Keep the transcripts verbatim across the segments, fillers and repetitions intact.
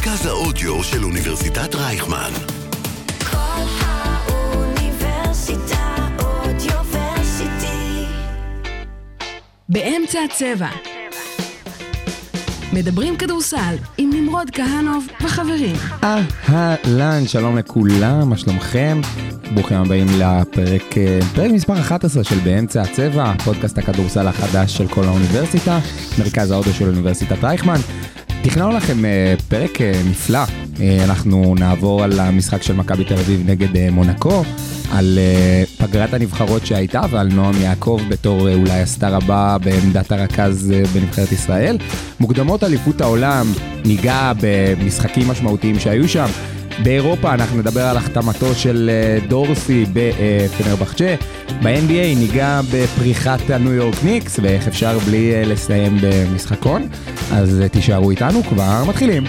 מרכז האודיו של אוניברסיטת רייכמן. כל האוניברסיטה אודיוורסיטי. באמצע הצבע. מדברים כדורסל עם נמרוד כהנוב וחברים. אהלן, שלום לכולם, מה שלומכם? ברוכים הבאים לפרק פרק מספר אחת עשרה של באמצע הצבע, פודקאסט הכדורסל החדש של כל האוניברסיטה, מרכז האודיו של אוניברסיטת רייכמן. תכננו לכם פרק נפלא, אנחנו נעבור על המשחק של מכבי תל אביב נגד מונקו, על פגרת הנבחרות שהייתה ועל נועם יעקב בתור אולי הסטאר הבא בעמדת הרכז בנבחרת ישראל. מוקדמות אליפות העולם, ניגע במשחקים משמעותיים שהיו שם. באירופה אנחנו נדבר על החתמתו של דורסי בפנרבחצ'ה. ב-אן בי איי ניגע בפריחת הניו יורק ניקס ואיך אפשר בלי לסיים במשחקון. אז תישארו איתנו, כבר מתחילים.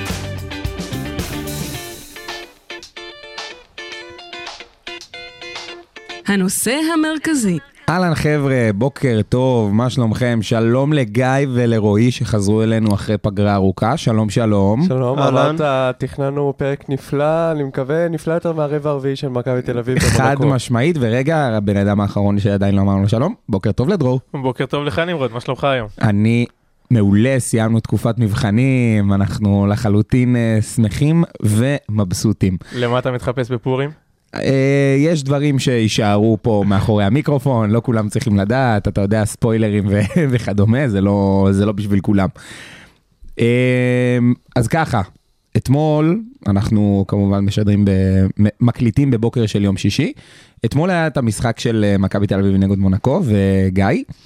הנושא המרכזי. אהלן חבר'ה, בוקר טוב, מה שלומכם? שלום לגיא ולרועי שחזרו אלינו אחרי פגרה ארוכה, שלום שלום. שלום, אמרת, תכננו פרק נפלא, אני מקווה נפלא יותר מהרבע הרביעי של מכבי תל אביב. חד משמעית, ורגע, הבן אדם האחרון שעדיין לא אמרנו שלום, בוקר טוב לדרור. בוקר טוב לך נמרוד, מה שלומך היום? אני מעולה, סיימנו תקופת מבחנים, אנחנו לחלוטין שמחים ומבסוטים. למה אתה מתחפש בפורים? יש דברים שישארו פה מאחורי המיקרופון, לא כולם צריכים לדעת, אתה יודע, ספוילרים וכדומה, זה לא, זה לא בשביל כולם. אז ככה, אתמול אנחנו כמובן משדרים, מקליטים בבוקר של יום שישי, אתמול היה את המשחק של מכבי תל אביב נגד מונקו, וגיא,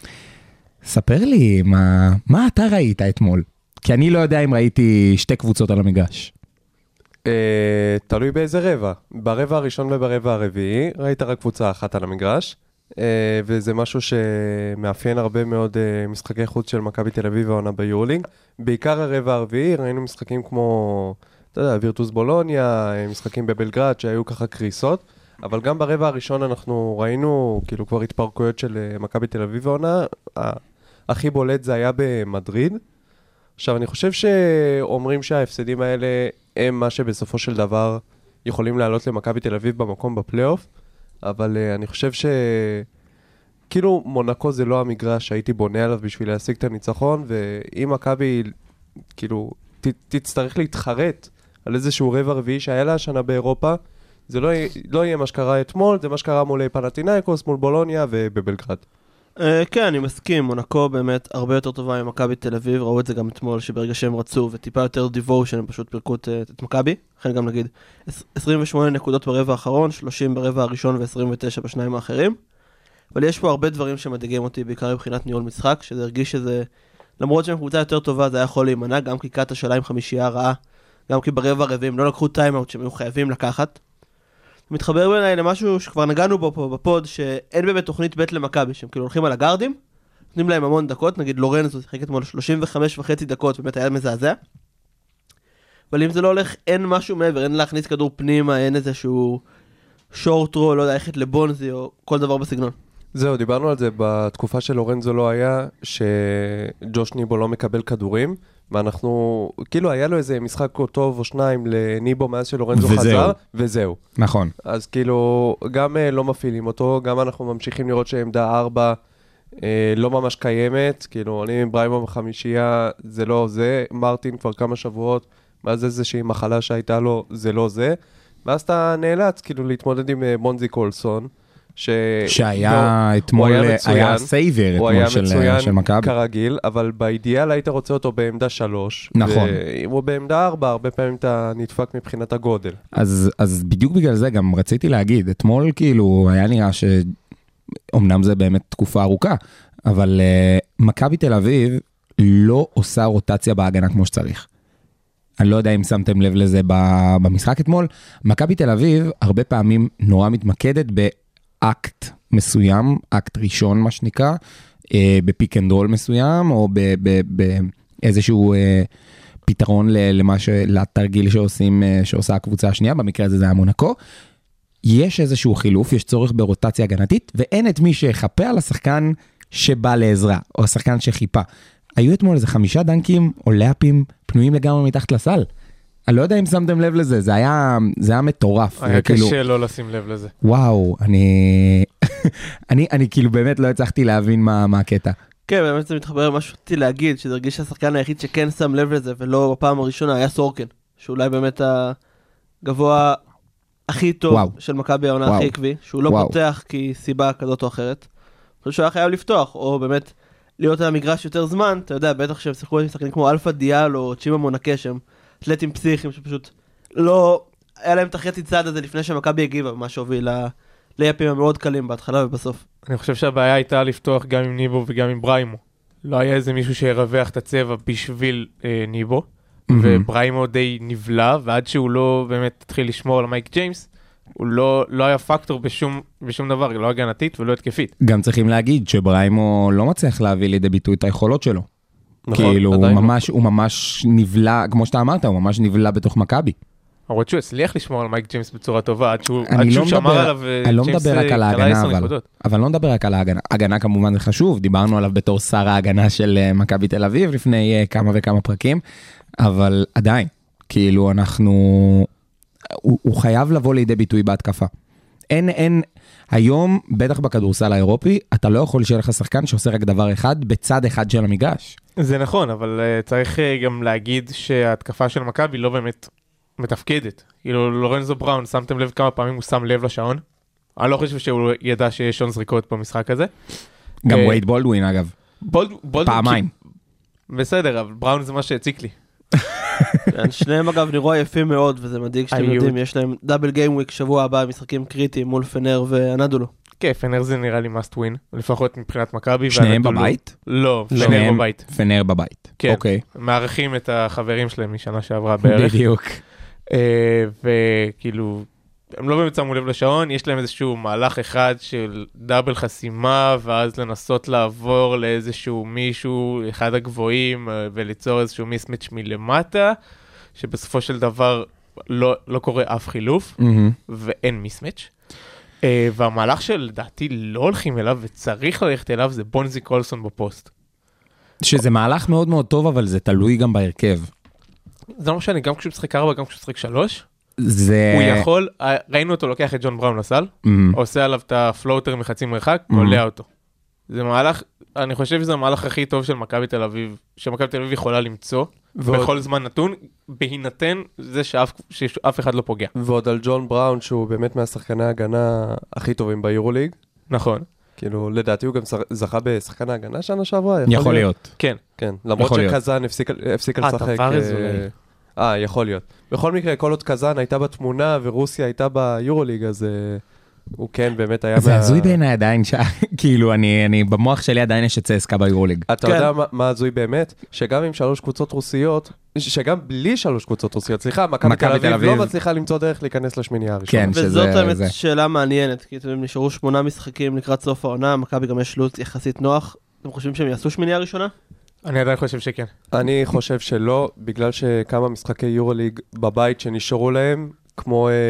ספר לי, מה, מה אתה ראית אתמול? כי אני לא יודע אם ראיתי שתי קבוצות על המגרש. Uh, תלוי באיזה רבע. ברבע הראשון וברבע הרביעי ראית רק קבוצה אחת על המגרש, uh, וזה משהו שמאפיין הרבה מאוד uh, משחקי חוץ של מכבי תל אביב והעונה ביורלינג. בעיקר הרבע הרביעי ראינו משחקים כמו, אתה יודע, וירטוס בולוניה, משחקים בבלגרד שהיו ככה קריסות, אבל גם ברבע הראשון אנחנו ראינו כאילו כבר התפרקויות של uh, מכבי תל אביב והעונה. הכי בולט זה היה במדריד. עכשיו אני חושב שאומרים שההפסדים האלה הם מה שבסופו של דבר יכולים לעלות למכבי תל אביב במקום בפלייאוף, אבל uh, אני חושב שכאילו מונקו זה לא המגרש שהייתי בונה עליו בשביל להשיג את הניצחון, ואם מכבי כאילו ת, תצטרך להתחרט על איזשהו רבע רביעי שהיה לה השנה באירופה, זה לא, לא יהיה מה שקרה אתמול, זה מה שקרה מול פנתינייקוס, מול בולוניה ובבלגרד. Uh, כן, אני מסכים, מונקו באמת הרבה יותר טובה ממכבי תל אביב, ראו את זה גם אתמול שברגע שהם רצו וטיפה יותר דיבושן הם פשוט פירקו את, את מכבי, לכן גם נגיד עשרים ושמונה נקודות ברבע האחרון, שלושים ברבע הראשון ו-עשרים ותשע בשניים האחרים, אבל יש פה הרבה דברים שמדאיגים אותי בעיקר מבחינת ניהול משחק, שזה הרגיש שזה, למרות שהם קבוצה יותר טובה זה היה יכול להימנע, גם כי קאטה שלה עם חמישייה רעה, גם כי ברבע הרביעי הם לא לקחו טיימאוט שהם היו חייבים לקחת. מתחבר בעיניי למשהו שכבר נגענו בו פה בפוד, שאין באמת תוכנית ב' למכבי, שהם כאילו הולכים על הגארדים, נותנים להם המון דקות, נגיד לורנזו שיחק אתמול שלושים וחמש וחצי דקות, באמת היה מזעזע. אבל אם זה לא הולך, אין משהו מעבר, אין להכניס כדור פנימה, אין איזשהו שורט רו, לא יודע, איך לבונזי או כל דבר בסגנון. זהו, דיברנו על זה בתקופה של לורנזו לא היה, שג'וש ניבו לא מקבל כדורים, ואנחנו, כאילו היה לו איזה משחק טוב או שניים לניבו מאז שלורנזו חזר, וזהו. נכון. אז כאילו, גם לא מפעילים אותו, גם אנחנו ממשיכים לראות שעמדה ארבע אה, לא ממש קיימת, כאילו, אני עם בריימו בחמישייה, זה לא זה, מרטין כבר כמה שבועות, מאז איזושהי מחלה שהייתה לו, זה לא זה, ואז אתה נאלץ, כאילו, להתמודד עם בונזי קולסון, ש... שהיה לא, אתמול, היה, היה סייבר אתמול של, של מכבי. כרגיל, אבל באידיאל היית רוצה אותו בעמדה שלוש. נכון. ואם הוא בעמדה ארבע, הרבה פעמים אתה נדפק מבחינת הגודל. אז, אז בדיוק בגלל זה גם רציתי להגיד, אתמול כאילו היה נראה שאומנם זה באמת תקופה ארוכה, אבל uh, מכבי תל אביב לא עושה רוטציה בהגנה כמו שצריך. אני לא יודע אם שמתם לב לזה במשחק אתמול. מכבי תל אביב הרבה פעמים נורא מתמקדת ב... אקט מסוים, אקט ראשון מה שנקרא, אה, בפיק אנד רול מסוים, או באיזשהו אה, פתרון למה ש... לתרגיל שעושים, אה, שעושה הקבוצה השנייה, במקרה הזה זה היה מונקו. יש איזשהו חילוף, יש צורך ברוטציה הגנתית, ואין את מי שיחפה על השחקן שבא לעזרה, או השחקן שחיפה. היו אתמול איזה חמישה דנקים או לאפים פנויים לגמרי מתחת לסל. אני לא יודע אם שמתם לב לזה, זה היה, זה היה מטורף. היה וכאילו, קשה לא לשים לב לזה. וואו, אני, אני, אני כאילו באמת לא הצלחתי להבין מה, מה הקטע. כן, באמת זה מתחבר למה שרציתי להגיד, שזה הרגיש שהשחקן היחיד שכן שם לב לזה, ולא בפעם הראשונה, היה סורקן, שאולי באמת הגבוה הכי טוב וואו. של מכבי העונה וואו. הכי עקבי, שהוא לא וואו. פותח כי סיבה כזאת או אחרת. אני חושב שהוא היה חייב לפתוח, או באמת להיות על המגרש יותר זמן, אתה יודע, בטח שהם שיחקו עם שחקנים כמו אלפא דיאל או צ'ימה מונקה, שהם אתלטים פסיכיים שפשוט לא, היה להם את החצי צעד הזה לפני שמכבי הגיבה, מה שהוביל ל- ליפים המאוד קלים בהתחלה ובסוף. אני חושב שהבעיה הייתה לפתוח גם עם ניבו וגם עם בריימו. לא היה איזה מישהו שירווח את הצבע בשביל אה, ניבו, ובריימו די נבלה, ועד שהוא לא באמת התחיל לשמור על מייק ג'יימס, הוא לא, לא היה פקטור בשום, בשום דבר, לא הגנתית ולא התקפית. גם צריכים להגיד שבריימו לא מצליח להביא לידי ביטוי את היכולות שלו. נכון, כאילו, הוא עדיין לא. ממש, הוא ממש נבלה, כמו שאתה אמרת, הוא ממש נבלה בתוך מכבי. למרות שהוא הצליח לשמור על מייק ג'יימס בצורה טובה, עד שהוא, אני עד שהוא לא שמר מדבר- עליו, אני לא ג'יימס מדבר רק על קלע ההגנה, עשר אבל. נקודות. אבל לא מדבר רק על ההגנה. הגנה כמובן זה חשוב, דיברנו עליו בתור שר ההגנה של אה, מכבי תל אביב לפני אה, כמה וכמה פרקים, אבל עדיין, כאילו אנחנו, הוא, הוא חייב לבוא לידי ביטוי בהתקפה. אין, אין, היום, בטח בכדורסל האירופי, אתה לא יכול שיהיה לך שחקן שעושה רק דבר אחד בצד אחד של המגרש. זה נכון, אבל uh, צריך uh, גם להגיד שההתקפה של מכבי לא באמת מתפקדת. כאילו, לורנזו בראון, שמתם לב כמה פעמים הוא שם לב לשעון? אני לא חושב שהוא ידע שיש שעון זריקות במשחק הזה. גם אה, וייד בולדווין אגב, בולד, בולד, פעמיים. בסדר, אבל בראון זה מה שהציק לי. כן, שניהם אגב נראו עייפים מאוד, וזה מדאיג שאתם היו. יודעים, יש להם דאבל גיים וויק שבוע הבא, משחקים קריטיים מול פנר ואנדולו. כן, פנר זה נראה לי must win, לפחות מבחינת מכבי. שניהם ואנדולו- בבית? לא, פנר שניהם בבית. פנר בבית. כן, אוקיי. מארחים את החברים שלהם משנה שעברה בערך. בדיוק. אה, וכאילו, הם לא באמת שמו לב לשעון, יש להם איזשהו מהלך אחד של דאבל חסימה, ואז לנסות לעבור לאיזשהו מישהו, אחד הגבוהים, אה, וליצור איזשהו מיסמץ' מלמטה, שבסופו של דבר לא, לא קורה אף חילוף, מהמם. ואין מיסמץ'. אה, והמהלך שלדעתי לא הולכים אליו, וצריך ללכת אליו, זה בונזי קולסון בפוסט. שזה מהלך מאוד מאוד טוב, אבל זה תלוי גם בהרכב. זה לא משנה, גם כשהוא משחק ארבע, גם כשהוא משחק שלוש, זה... הוא יכול, אה, ראינו אותו לוקח את ג'ון בראון לסל, מהמם. עושה עליו את הפלוטר מחצי מרחק, Mhm. עולה אותו. זה מהלך, אני חושב שזה המהלך הכי טוב של מכבי תל אביב, שמכבי תל אביב יכולה למצוא, ועוד- בכל זמן נתון, בהינתן זה שאף, שאף אחד לא פוגע. ועוד על ג'ון בראון, שהוא באמת מהשחקני ההגנה הכי טובים ביורוליג. נכון. כאילו, לדעתי הוא גם זר- זכה בשחקן ההגנה שנה שעברה. יכול להיות. כן. כן, למרות יכול להיות. שקזן הפסיק- הפסיקה אה, לשחק. טווארז אה, אולי. אה, יכול להיות. בכל מקרה, כל עוד קזן הייתה בתמונה ורוסיה הייתה ביורוליג, אז אה, הוא כן באמת היה... זה מה- הזוי בעיניי עדיין, ש- כאילו אני, אני, במוח שלי עדיין יש את צסקה ביורוליג. אתה כן. יודע מה- מה הזוי באמת? שגם עם שלוש קבוצות רוסיות, ש- שגם בלי שלוש קבוצות רוסיות, סליחה, מכבי מכבי תל תל אביב אביב. לא מצליחה למצוא דרך להיכנס לשמינייה הראשונה. כן, וזאת שזה- האמת זה. שאלה מעניינת, כי אתם יודעים, נשארו שמונה משחקים לקראת סוף העונה, מכבי גם יש לו"ז יחסית נוח. אתם חושבים שהם יעשו שמינייה ראשונה? אני עדיין חושב שכן. אני חושב שלא, בגלל שכמה משחקי יורוליג בבית שנשארו להם, כמו אה,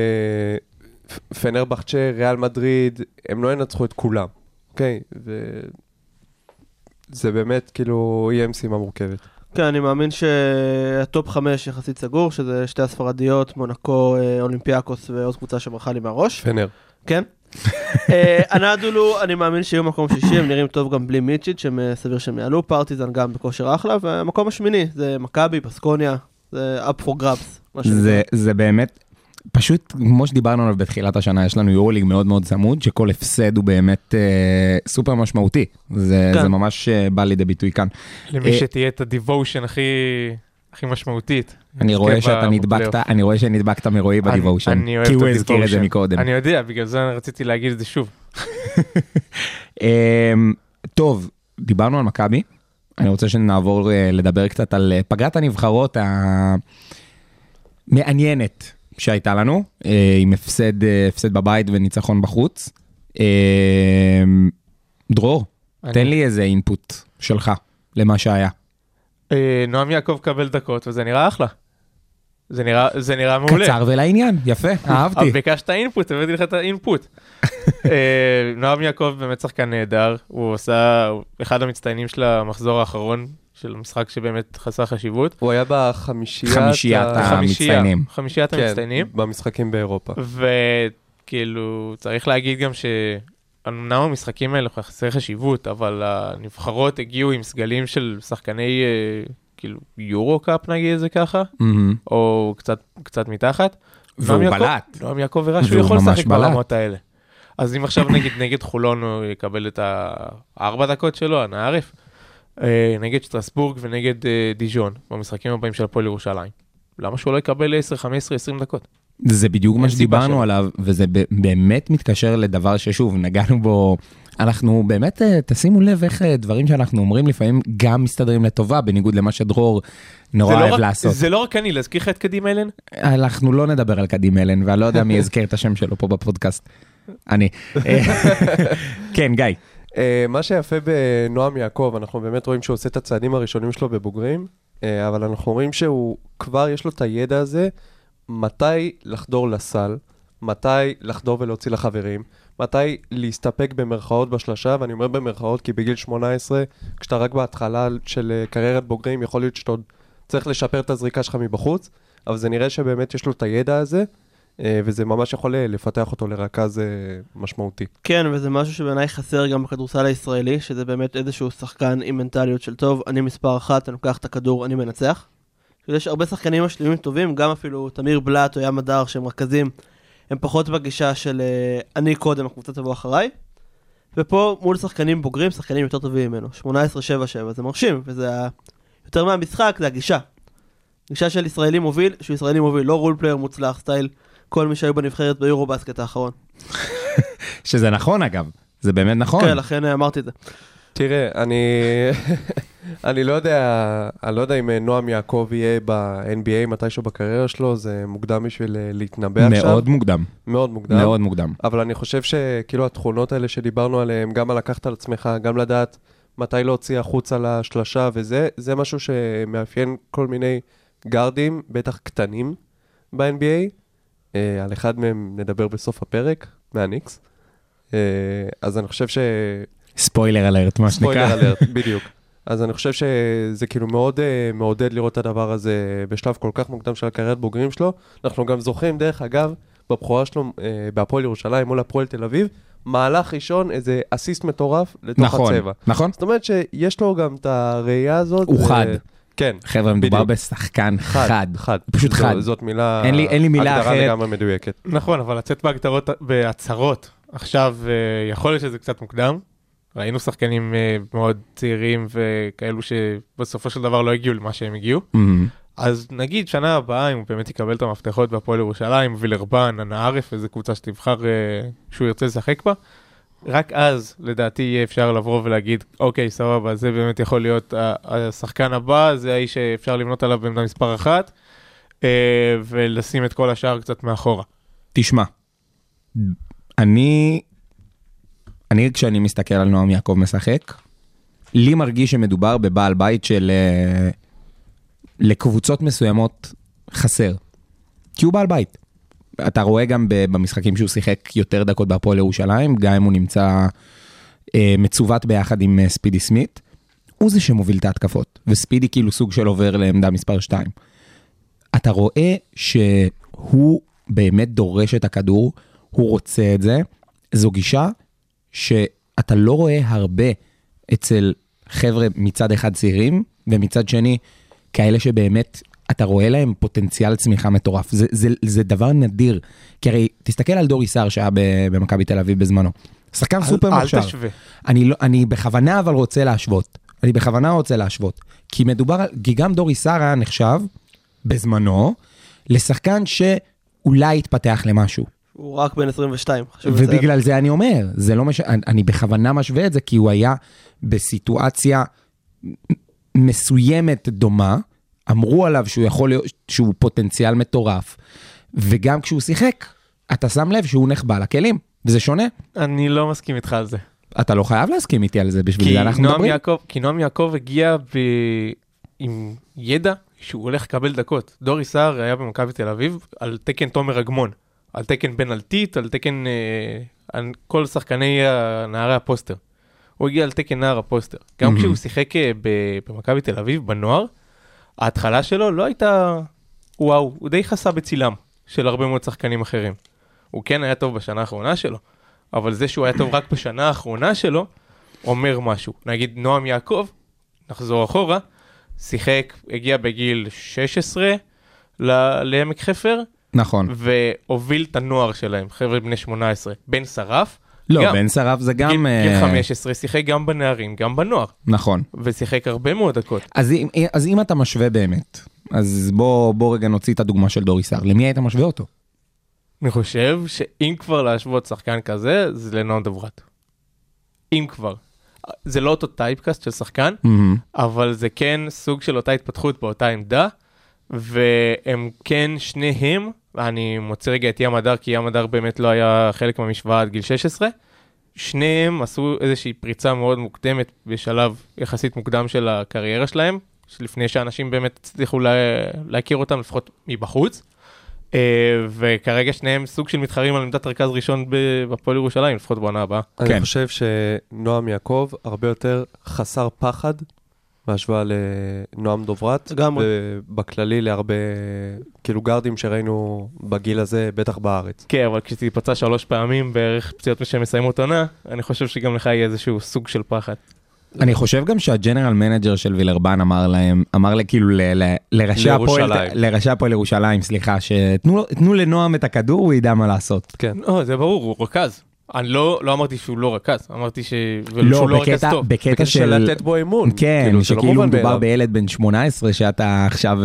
פ- פנרבחצ'ה, ריאל מדריד, הם לא ינצחו את כולם, אוקיי? וזה באמת כאילו יהיה משימה מורכבת. כן, אני מאמין שהטופ חמש יחסית סגור, שזה שתי הספרדיות, מונקו, אה, אולימפיאקוס ועוד קבוצה שברחה לי מהראש. פנר. כן. אה, אנדולו, אני מאמין שיהיו מקום שישי, הם נראים טוב גם בלי מיצ'יץ', שהם אה, סביר שהם יעלו, פרטיזן גם בכושר אחלה, והמקום השמיני זה מכבי, בסקוניה, זה up for grabs. מה שנקרא. זה, זה באמת, פשוט כמו שדיברנו עליו בתחילת השנה, יש לנו יורוליג מאוד מאוד צמוד, שכל הפסד הוא באמת אה, סופר משמעותי. זה, כן. זה ממש אה, בא לידי ביטוי כאן. למי אה, שתהיה את הדיבושן הכי, הכי משמעותית. אני רואה יזכה שאתה ב- נדבקת, בפלייאוף. אני רואה שנדבקת מרועי אני- בדיבושן, אני אוהב כי את הוא הזכיר את זה הדיבושן. מקודם. אני יודע, בגלל זה רציתי להגיד את זה שוב. אמ, טוב, דיברנו על מכבי, אני רוצה שנעבור אה, לדבר קצת על אה, פגרת הנבחרות המעניינת שהייתה לנו, אה, עם הפסד, אה, הפסד בבית וניצחון בחוץ. אמ, דרור, אני- תן לי איזה אינפוט שלך למה שהיה. אה, נועם יעקב קבל דקות, וזה נראה אחלה. זה נראה, זה נראה מעולה. קצר ולעניין, יפה, אהבתי. אבל ביקשת אינפוט, הבאתי לך את האינפוט. אה, נועם יעקב באמת שחקן נהדר, הוא עושה, הוא אחד המצטיינים של המחזור האחרון, של משחק שבאמת חסר חשיבות. הוא היה בחמישיית... חמישיית ה- המצטיינים. חמישיית כן, המצטיינים. במשחקים באירופה. וכאילו, צריך להגיד גם שאומנם המשחקים האלה חסר חשיבות, אבל הנבחרות הגיעו עם סגלים של שחקני, כאילו, יורו-קאפ נגיד זה ככה, מהמם. או קצת, קצת מתחת. והוא נועם יעקב- בלט. נועם יעקב הראה שהוא והוא יכול ממש לשחק בלט. ברמות האלה. אז אם עכשיו נגיד נגד חולון הוא יקבל את הארבע דקות שלו, אנא ערף, אה, נגד שטרסבורג ונגד אה, דיז'ון, במשחקים הבאים של הפועל ירושלים. למה שהוא לא יקבל עשר, חמש עשרה, עשרים דקות? זה בדיוק מה אין סיבה שדיברנו שלא. עליו, וזה ב- באמת מתקשר לדבר ששוב, נגענו בו, אנחנו באמת, אה, תשימו לב איך אה, דברים שאנחנו אומרים לפעמים גם מסתדרים לטובה, בניגוד למה שדרור נורא זה לא אוהב רק- לעשות. זה לא רק אני, להזכיר לך את קדים אלן? אנחנו לא נדבר על קדים אלן, ואני לא יודע מי יזכיר את השם שלו פה בפודקאסט. אני. אה, כן, גיא. אה, מה שיפה בנועם יעקב, אנחנו באמת רואים שהוא עושה את הצעדים הראשונים שלו בבוגרים, אה, אבל אנחנו רואים שהוא כבר יש לו את הידע הזה, מתי לחדור לסל, מתי לחדור ולהוציא לחברים, מתי להסתפק במרכאות בשלושה, ואני אומר במרכאות כי בגיל שמונה עשרה, כשאתה רק בהתחלה של אה, קריירת בוגרים, יכול להיות שאתה עוד צריך לשפר את הזריקה שלך מבחוץ, אבל זה נראה שבאמת יש לו את הידע הזה, אה, וזה ממש יכול אה, לפתח אותו לרכז אה, משמעותי. כן, וזה משהו שבעיניי חסר גם בכדורסל הישראלי, שזה באמת איזשהו שחקן עם מנטליות של טוב, אני מספר אחת, אני לוקח את הכדור, אני מנצח. יש הרבה שחקנים משלימים טובים, גם אפילו תמיר בלט או ים הדר שהם רכזים, הם פחות בגישה של אה, אני קודם, הקבוצה תבוא אחריי. ופה מול שחקנים בוגרים, שחקנים יותר טובים ממנו, שמונה עשרה שבע שבע, זה מרשים, וזה ה- יותר מהמשחק, זה הגישה. גישה של ישראלי מוביל, שהוא ישראלי מוביל, לא רול פלייר מוצלח, סטייל כל מי שהיו בנבחרת ביורו בסקט האחרון. שזה נכון אגב, זה באמת נכון. כן, לכן אה, אמרתי את זה. תראה, אני, אני לא יודע, אני לא יודע אם נועם יעקב יהיה ב-אן בי איי מתישהו בקריירה שלו, זה מוקדם בשביל אה, להתנבא עכשיו. מאוד מוקדם, מאוד מוקדם. מאוד מוקדם. אבל אני חושב שכאילו התכונות האלה שדיברנו עליהן, גם על לקחת על עצמך, גם לדעת מתי להוציא החוץ על השלשה וזה, זה משהו שמאפיין כל מיני גארדים, בטח קטנים ב-אן בי איי. אה, על אחד מהם נדבר בסוף הפרק, מהניקס. אה, אז אני חושב ש... ספוילר אלרט, מה ספוילר שנקרא. אלרט, בדיוק. אז אני חושב שזה כאילו מאוד uh, מעודד לראות את הדבר הזה בשלב כל כך מוקדם של הקריירת בוגרים שלו. אנחנו גם זוכרים, דרך אגב, בבחורה שלו uh, בהפועל ירושלים מול הפועל תל אביב, מהלך ראשון, איזה אסיסט מטורף לתוך נכון, הצבע. נכון. זאת אומרת שיש לו גם את הראייה הזאת. הוא ו- חד. כן. חבר'ה, מדובר בדיוק. בשחקן חד. חד. פשוט זו- חד. זאת מילה, אין לי- אין לי מילה הגדרה אחרת. לגמרי מדויקת. נכון, אבל לצאת בהגדרות, בהצהרות, עכשיו אה, יכול להיות שזה קצת מוקדם. ראינו שחקנים אה, מאוד צעירים וכאלו שבסופו של דבר לא הגיעו למה שהם הגיעו. מהמם. אז נגיד שנה הבאה, אם הוא באמת יקבל את המפתחות בהפועל ירושלים, וילרבן, אנא ערף, איזה קבוצה שתבחר אה, שהוא ירצה לשחק בה, רק אז לדעתי יהיה אפשר לבוא ולהגיד, אוקיי, סבבה, זה באמת יכול להיות ה- השחקן הבא, זה האיש שאפשר לבנות עליו בעמדה מספר אחת, אה, ולשים את כל השאר קצת מאחורה. תשמע, אני, אני כשאני מסתכל על נועם יעקב משחק, לי מרגיש שמדובר בבעל בית של אה, לקבוצות מסוימות חסר. כי הוא בעל בית. אתה רואה גם ב- במשחקים שהוא שיחק יותר דקות בהפועל ירושלים, גם אם הוא נמצא אה, מצוות ביחד עם אה, ספידי סמית, הוא זה שמוביל את ההתקפות, וספידי כאילו סוג של עובר לעמדה מספר שתיים. אתה רואה שהוא באמת דורש את הכדור, הוא רוצה את זה, זו גישה שאתה לא רואה הרבה אצל חבר'ה מצד אחד צעירים, ומצד שני כאלה שבאמת אתה רואה להם פוטנציאל צמיחה מטורף. זה, זה, זה דבר נדיר, כי הרי תסתכל על דורי סער שהיה במכבי תל אביב בזמנו. שחקן סופר אל מוכשר. תשווה. אני, לא, אני בכוונה אבל רוצה להשוות. אני בכוונה רוצה להשוות. כי מדובר על, כי גם דורי סער היה נחשב בזמנו, לשחקן שאולי יתפתח למשהו. הוא רק בן עשרים ושתיים. חשוב לציין. ובגלל זה אני אומר, זה לא מש... אני, אני בכוונה משווה את זה, כי הוא היה בסיטואציה מסוימת דומה, אמרו עליו שהוא יכול להיות, שהוא פוטנציאל מטורף, וגם כשהוא שיחק, אתה שם לב שהוא נחבא לכלים, וזה שונה. אני לא מסכים איתך על זה. אתה לא חייב להסכים איתי על זה, בשביל כי זה אנחנו נועם מדברים. יעקב, כי נועם יעקב הגיע ב... עם ידע שהוא הולך לקבל דקות. דורי סער היה במכבי תל אביב על תקן תומר אגמון, על תקן בן אלטית, על תקן אה, על כל שחקני נערי הפוסטר. הוא הגיע על תקן נער הפוסטר. גם כשהוא שיחק במכבי תל אביב, בנוער, ההתחלה שלו לא הייתה, וואו, הוא די חסה בצילם של הרבה מאוד שחקנים אחרים. הוא כן היה טוב בשנה האחרונה שלו, אבל זה שהוא היה טוב רק בשנה האחרונה שלו, אומר משהו. נגיד נועם יעקב, נחזור אחורה, שיחק, הגיע בגיל שש עשרה לעמק חפר, נכון. והוביל את הנוער שלהם, חבר'ה בני שמונה עשרה. בן שרף, לא, גם, בן שרף זה גם... גיל, גיל חמש עשרה, שיחק גם בנערים, גם בנוער. נכון. ושיחק הרבה מאוד דקות. אז אם, אז אם אתה משווה באמת, אז בוא, בוא רגע נוציא את הדוגמה של דורי סער. למי היית משווה אותו? אני חושב שאם כבר להשוות שחקן כזה, זה לנועם דוברת. אם כבר. זה לא אותו טייפקאסט של שחקן, mm-hmm. אבל זה כן סוג של אותה התפתחות באותה עמדה, והם כן שניהם, אני מוצא רגע את ים הדר, כי ים הדר באמת לא היה חלק מהמשוואה עד גיל שש עשרה, שניהם עשו איזושהי פריצה מאוד מוקדמת בשלב יחסית מוקדם של הקריירה שלהם, לפני שאנשים באמת הצליחו לה, להכיר אותם לפחות מבחוץ, וכרגע שניהם סוג של מתחרים על עמדת רכז ראשון בפועל ירושלים, לפחות בעונה הבאה. אני חושב שנועם יעקב הרבה יותר חסר פחד, בהשוואה לנועם דוברת, ובכללי להרבה, כאילו גרדים שראינו בגיל הזה, בטח בארץ. כן, אבל כשתיפצע שלוש פעמים בערך פציעות שמסיימות עונה, אני חושב שגם לך יהיה איזשהו סוג של פחד. אני חושב גם שהג'נרל מנג'ר של וילרבן אמר להם, אמר כאילו לראשי הפועל ירושלים, סליחה, שתנו לנועם את הכדור, הוא ידע מה לעשות. כן. לא, זה ברור, הוא רכז. אני לא, לא אמרתי שהוא לא רכז, אמרתי ש... שהוא לא רכז טוב. בקטע של לתת בו אמון. כן, שכאילו מדובר בילד בן שמונה עשרה, שאתה עכשיו...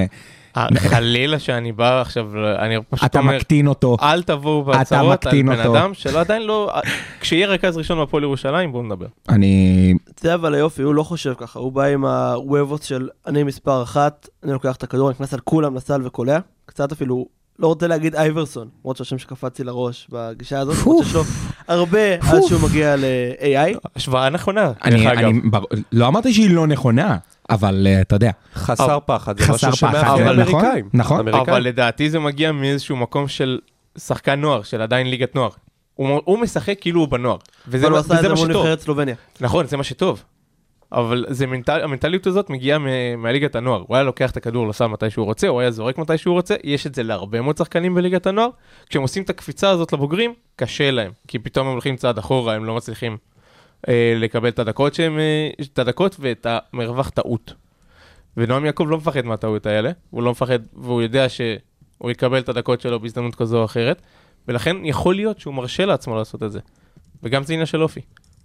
חלילה שאני בא עכשיו, אני פשוט אומר... אתה מקטין אותו. אל תבואו בהצהרות על בן אדם שלא עדיין לא... כשיהיה רכז ראשון בפועל ירושלים, בואו נדבר. אני... זה אבל היופי, הוא לא חושב ככה, הוא בא עם הוובוס של אני מספר אחת, אני לוקח את הכדור, אני נכנס על כולם לסל וקולע, קצת אפילו... לא רוצה להגיד אייברסון, למרות שהשם שקפצי לראש בגישה הזאת, למרות שיש לו הרבה עד שהוא מגיע ל-איי איי. השוואה נכונה. לא אמרתי שהיא לא נכונה, אבל אתה יודע. חסר פחד, זה חסר משהו פחד, שמאפיין אמריקאים. נכון. אבל לדעתי זה מגיע מאיזשהו מקום של שחקן נוער, של עדיין ליגת נוער. הוא משחק כאילו הוא בנוער. אבל הוא עשה את זה מול נבחרת סלובניה. נכון, זה מה שטוב. אבל המנטליות הזאת מגיעה מהליגת הנוער. הוא היה לוקח את הכדור לסל מתי שהוא רוצה, הוא היה זורק מתי שהוא רוצה. יש את זה להרבה מאוד שחקנים בליגת הנוער. כשהם עושים את הקפיצה הזאת לבוגרים, קשה להם. כי פתאום הם הולכים צעד אחורה, הם לא מצליחים אה, לקבל את הדקות, שהם, אה, את הדקות ואת המרווח טעות. ונועם יעקב לא מפחד מהטעות האלה. הוא לא מפחד, והוא יודע שהוא יקבל את הדקות שלו בהזדמנות כזו או אחרת. ולכן יכול להיות שהוא מרשה לעצמו לעשות את זה. וגם זה עניין של אופי.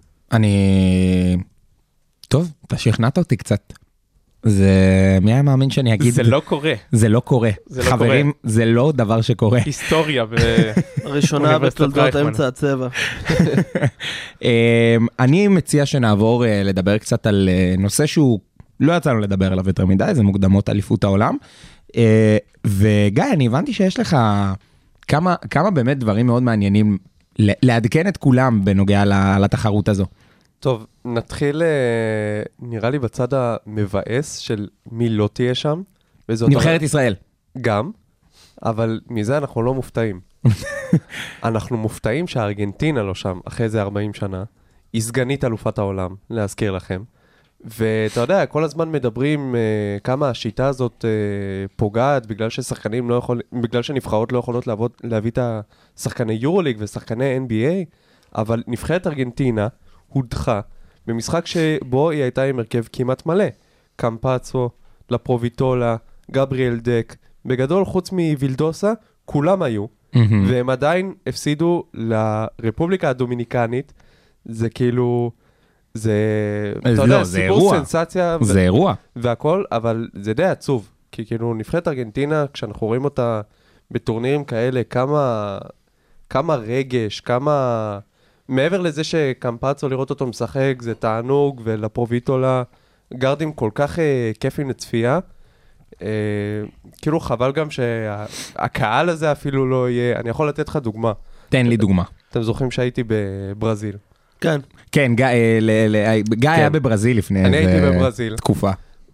אני... טוב, אתה שכנעת אותי קצת. זה... מי היה מאמין שאני אגיד... זה לא קורה. זה לא קורה. חברים, זה לא דבר שקורה. היסטוריה. הראשונה בתולדות אמצע הצבע. אני מציע שנעבור לדבר קצת על נושא שהוא לא יצאנו לדבר עליו יותר מדי, זה מוקדמות אליפות העולם. וגיא, אני הבנתי שיש לך כמה, כמה באמת דברים מאוד מעניינים לעדכן את כולם בנוגע לתחרות הזו. טוב, נתחיל, נראה לי בצד המבאס של מי לא תהיה שם. נבחרת ישראל. גם, אבל מזה אנחנו לא מופתעים. אנחנו מופתעים שהארגנטינה לא שם, אחרי זה ארבעים שנה. היא סגנית אלופת העולם, להזכיר לכם. ואתה יודע, כל הזמן מדברים uh, כמה השיטה הזאת uh, פוגעת, בגלל ששחקנים לא יכול, בגלל שנבחרות לא יכולות לעבוד, להביא את השחקני יורוליג ושחקני אן בי איי, אבל נבחרת ארגנטינה הודחה במשחק שבו היא הייתה עם הרכב כמעט מלא. קמפצו, לפרוביטולה, גבריאל דק, בגדול חוץ מווילדוסה, כולם היו, mm-hmm. והם עדיין הפסידו לרפובליקה הדומיניקנית, זה כאילו... זה, אתה יודע, סיפור סנסציה. זה אירוע. והכל, אבל זה די עצוב. כי כאילו נבחרת ארגנטינה, כשאנחנו רואים אותה בטורנירים כאלה, כמה, כמה רגש, כמה... מעבר לזה שקמפצו לראות אותו משחק, זה תענוג, ולפרוביטולה, גרדים כל כך אה, כיפים לצפייה. אה, כאילו חבל גם שהקהל הזה אפילו לא יהיה... אני יכול לתת לך דוגמה. תן לי דוגמה. אתם זוכרים שהייתי בברזיל. כן. כן, גיא היה בברזיל לפני אני הייתי בברזיל. תקופה.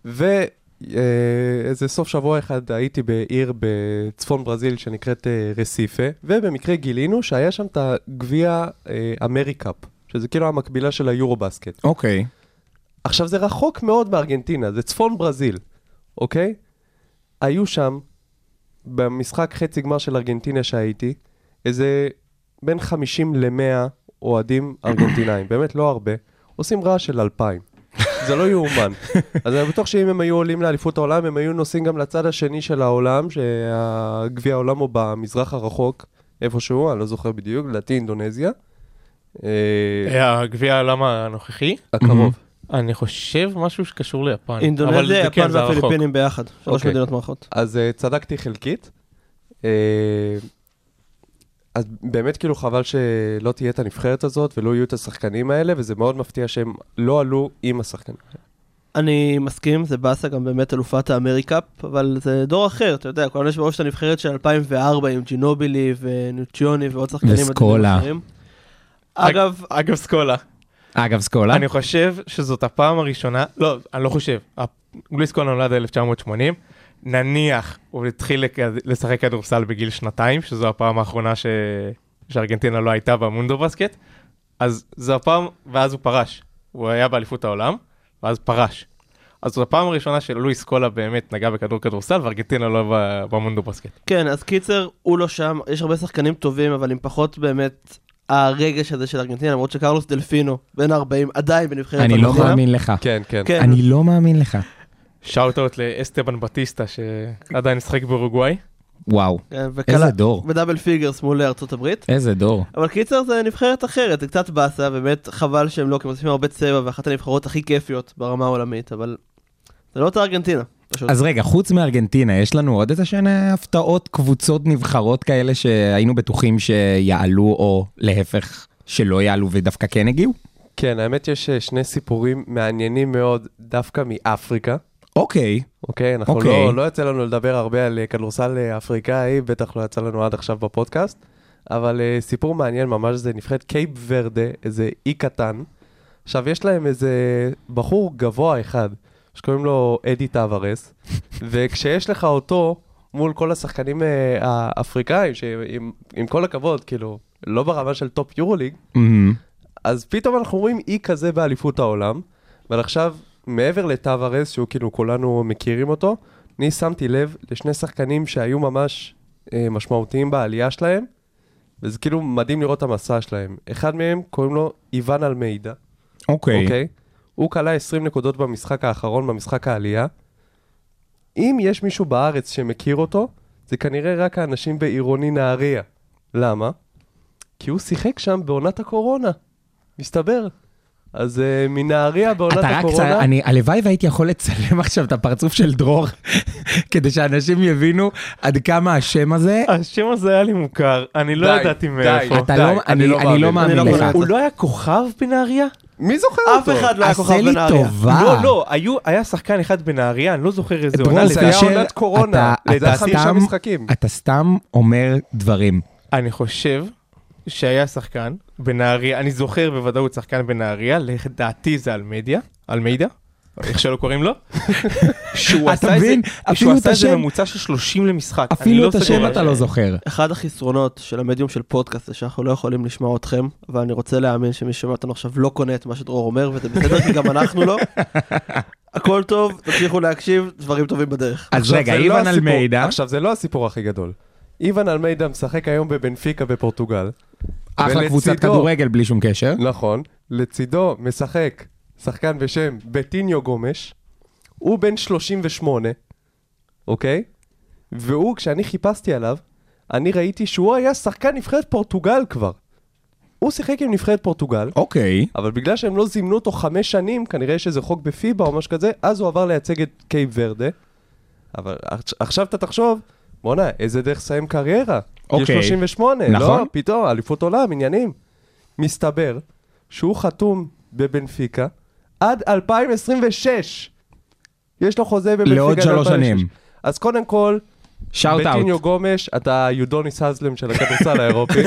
ואיזה סוף שבוע אחד הייתי בעיר בצפון ברזיל שנקראת רסיפה, ובמקרה גילינו שהיה שם את הגביע אמריקאפ, שזה כאילו המקבילה של היורובסקט. אוקיי. עכשיו, זה רחוק מאוד מארגנטינה, זה צפון ברזיל, אוקיי? היו שם, במשחק חצי גמר של ארגנטינה שהייתי, איזה בין חמישים למאה אוהדים ארגנטינאים, באמת לא הרבה, עושים רעש של אלפיים. זה לא יאומן. אז אני בטוח שאם הם היו עולים לאליפות העולם, הם היו נוסעים גם לצד השני של העולם, שהגביע העולם הוא במזרח הרחוק, איפשהו, אני לא זוכר בדיוק, לדעתי אינדונזיה. הגביע העולם הנוכחי? הקרוב. אני חושב משהו שקשור ליפן. אינדונזיה, יפן והפיליפינים ביחד. שלוש מדינות מערכות. אז צדקתי חלקית. אז באמת כאילו חבל שלא תהיה את הנבחרת הזאת, ולא יהיו את השחקנים האלה, וזה מאוד מפתיע שהם לא עלו עם השחקנים האלה. אני מסכים, זה באסה גם באמת אלופת האמריקאפ, אבל זה דור אחר, אתה יודע, כולנו יש בראש את הנבחרת של אלפיים וארבע עם ג'ינובילי ונוצ'יוני ועוד שחקנים. וסקולה. אגב, אגב סקולה. אגב סקולה? אני חושב שזאת הפעם הראשונה, לא, אני לא חושב, גלי סקולה נולד ב-אלף תשע מאות שמונים, נניח הוא התחיל לשחק כדורסל בגיל שנתיים, שזו הפעם האחרונה ש... שארגנטינה לא הייתה במונדו בסקט, אז זו הפעם, ואז הוא פרש. הוא היה באליפות העולם, ואז פרש. אז זו הפעם הראשונה שלואיס סקולה באמת נגע בכדור כדורסל, וארגנטינה לא במונדו בסקט. כן, אז קיצר, הוא לא שם, יש הרבה שחקנים טובים, אבל עם פחות באמת הרגש הזה של ארגנטינה, למרות שקרלוס דלפינו, בין ארבעים, עדיין בנבחרת אני לא מאמין לך. כן, כן. אני לא מאמין לך. שאוט-אוט לאסטבן בטיסטה, שעדיין משחק באורוגוואי. וואו, איזה דור. ודאבל פיגרס מול ארצות הברית. איזה דור. אבל קיצר זה נבחרת אחרת, זה קצת באסה, באמת חבל שהם לא, כי הם עושים הרבה צבע, ואחת הנבחרות הכי כיפיות ברמה העולמית, אבל זה לא אותה ארגנטינה. אז רגע, חוץ מארגנטינה, יש לנו עוד איזה שהן הפתעות, קבוצות נבחרות כאלה שהיינו בטוחים שיעלו, או להפך שלא יעלו ודווקא כן הגיעו? כן, האמת יש שני סיפורים מעניינים מאוד דווקא מאפריקה. אוקיי. אוקיי, אנחנו אוקיי. לא, לא יצא לנו לדבר הרבה על כדורסל אפריקאי, בטח לא יצא לנו עד עכשיו בפודקאסט, אבל uh, סיפור מעניין ממש, זה נבחרת קייפ ורדה, איזה אי קטן. עכשיו, יש להם איזה בחור גבוה אחד, שקוראים לו אדי טוורס, וכשיש לך אותו מול כל השחקנים uh, האפריקאים, שעם עם כל הכבוד, כאילו, לא ברמה של טופ יורוליג, Mm-hmm. אז פתאום אנחנו רואים אי כזה באליפות העולם, אבל עכשיו, מעבר לטוורס, שהוא כאילו כולנו מכירים אותו, אני שמתי לב לשני שחקנים שהיו ממש אה, משמעותיים בעלייה שלהם, וזה כאילו מדהים לראות את המסע שלהם. אחד מהם קוראים לו איוון אלמיידה. אוקיי. אוקיי? הוא קלה עשרים נקודות במשחק האחרון, במשחק העלייה. אם יש מישהו בארץ שמכיר אותו, זה כנראה רק האנשים בעירוני נהריה. למה? כי הוא שיחק שם בעונת הקורונה. מסתבר. אז uh, מנהריה בעונת הקורונה... קצת, אני, הלוואי והייתי יכול לצלם עכשיו את הפרצוף של דרור, כדי שאנשים יבינו עד כמה השם הזה... השם הזה היה לי מוכר, אני לא ידעתי מאיפה. אתה לא, אני, אני, אני לא מאמין לך. הוא לא היה כוכב בנהריה? מי זוכר אותו? אף אחד לא היה כוכב עשה לי בנהריה. טובה. לא, לא, היו, היה שחקן אחד בנהריה, אני לא זוכר איזה דרור, עונה. זה היה פישר, עונת קורונה, אתה- לדעת אתה חמישה סתם- משחקים. אתה סתם אומר דברים. אני חושב שהיה שחקן בנהריה, אני זוכר בוודאות שחקן בנהריה, לדעתי זה אלמדיה, אלמיידה, איך שלא קוראים לו, שהוא אתה עשה איזה, מבין? שהוא אפילו את עשה איזה השם- ממוצע של שלושים למשחק. אני אפילו לא את סגור השם על אתה זה. לא זוכר. אחד החסרונות של המדיום של פודקאסט זה שאנחנו לא יכולים לשמוע אתכם, ואני רוצה להאמין שמי ששומע אותנו עכשיו לא קונה את מה שדרור אומר, וזה בסדר כי גם אנחנו לא. הכל טוב, תמשיכו להקשיב, דברים טובים בדרך. אז עכשיו, רגע, זה לא איוון הסיפור- אלמיידה, עכשיו, זה לא הסיפור הכי גדול. איוון אלמיידה משחק היום בבנפיקה בפורטוגל. אחלה קבוצת ולצידו- כדורגל בלי שום קשר. נכון. לצידו משחק שחקן בשם בטיניו גומש. הוא בן שלושים ושמונה, אוקיי? והוא, כשאני חיפשתי עליו, אני ראיתי שהוא היה שחקן נבחרת פורטוגל כבר. הוא שיחק עם נבחרת פורטוגל, אוקיי. אבל בגלל שהם לא זימנו אותו חמש שנים, כנראה יש איזה חוק בפיבה או משהו כזה, אז הוא עבר לייצג את קייפ ורדה. אבל עכשיו אתה תחשוב, בוא'נה, איזה דרך סיים קריירה. אוקיי. גיל שלושים ושמונה, נכון. לא, פתאום, אליפות עולם, עניינים. מסתבר שהוא חתום בבנפיקה עד אלפיים עשרים ושש. יש לו חוזה בבנפיקה. לעוד עד שלוש אלפיים ושש. שנים. אז קודם כל, שאוט אאוט. בטיניו גומש, אתה יודוניס הזלם של הכדורסל האירופי.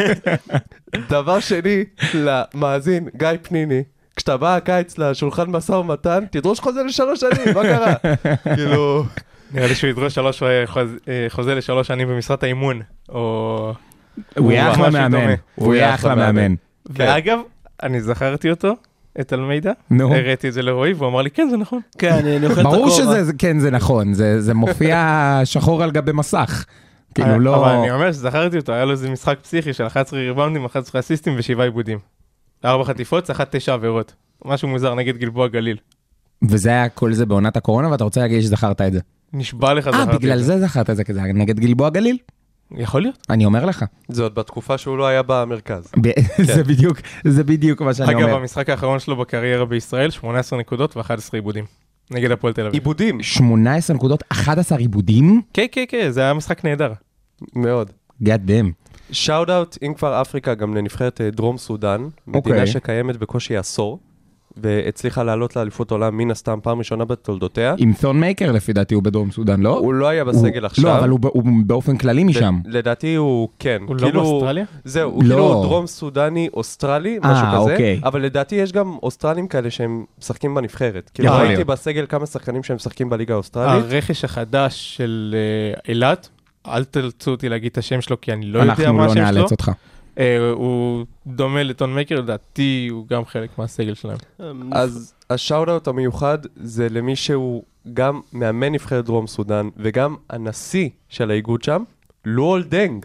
דבר שני, למאזין, גיא פניני, כשאתה בא הקיץ לשולחן משא ומתן, תדרוש חוזה לשלוש שנים, מה קרה? כאילו... נראה לי שהוא ידרוש שלוש, אה, חוז- אה, חוזה לשלוש שנים במשרת האימון, או... הוא יהיה אחלה משהו מאמן. דומה. הוא יהיה אחלה מאמן. ואגב, אני זכרתי אותו, את אלמידה, נו. הראיתי את זה לרועי, והוא אמר לי, כן, זה נכון. כן, אני אני אוכל את הכובע. ברור שזה, זה- כן, זה נכון, זה זה מופיע שחור על גבי מסך. כאילו אבל לא... אני אומר שזכרתי אותו, היה לו איזה משחק פסיכי של אחת עשרה ריבאונדים, אחת עשרה אסיסטים ושבעה עיבודים. ארבע חטיפות, צחת תשע עבירות. משהו מוזר נגד גלבוע גליל. וזה היה כל זה בעונת הקורונה, ואתה רוצה להגיד שזכרת את זה. נשבע לך אה, זכרתי. בגלל את זה זכרת את זה, כי זה היה נגד גלבוע גליל? יכול להיות. אני אומר לך. זה עוד בתקופה שהוא לא היה במרכז. ב- זה בדיוק, זה בדיוק מה שאני אגב, אומר. המשחק האחרון שלו בקריירה בישראל, שמונה עשרה נקודות ו-אחד עשר עיבודים. נגד הפועל תל אביב. עיבודים. שמונה עשרה נקודות, אחד עשר עיבודים? כן, כן, כן, זה היה משחק נהדר. מאוד. God damn. שאוט אאוט, אם כבר אפריקה, גם לנבחרת אה, דרום סודאן, מדינה אוקיי. שקיימת בקושי עשור, והצליחה לעלות לאליפות עולם מן הסתם פעם ראשונה בתולדותיה. עם תון מייקר לפי דעתי הוא בדרום סודאן, לא? הוא לא היה בסגל הוא- עכשיו. לא, אבל הוא ב- הוא באופן כללי משם. ל- לדעתי הוא כן. הוא לא באוסטרליה? זהו, הוא לא. כאילו דרום סודני, אוסטרלי, אה, משהו כזה. אוקיי. אבל לדעתי יש גם אוסטרלים כאלה שהם משחקים בנבחרת. כאילו יכול ראיתי להיות. בסגל כמה שחקנים שהם משחקים בליגה האוסטרלית. הרכש החדש של אה, אילת, אל תלצו אותי להגיד את השם שלו, כי אני לא יודע אנחנו מה לא השם שלו. נאלץ אותך. אה, הוא דומה לטון מייקר, לדעתי הוא גם חלק מהסגל שלהם. אז השאוט-אוט המיוחד זה למי שהוא גם מאמן נבחרת דרום סודן, וגם הנשיא של האיגוד שם, לואל דנג.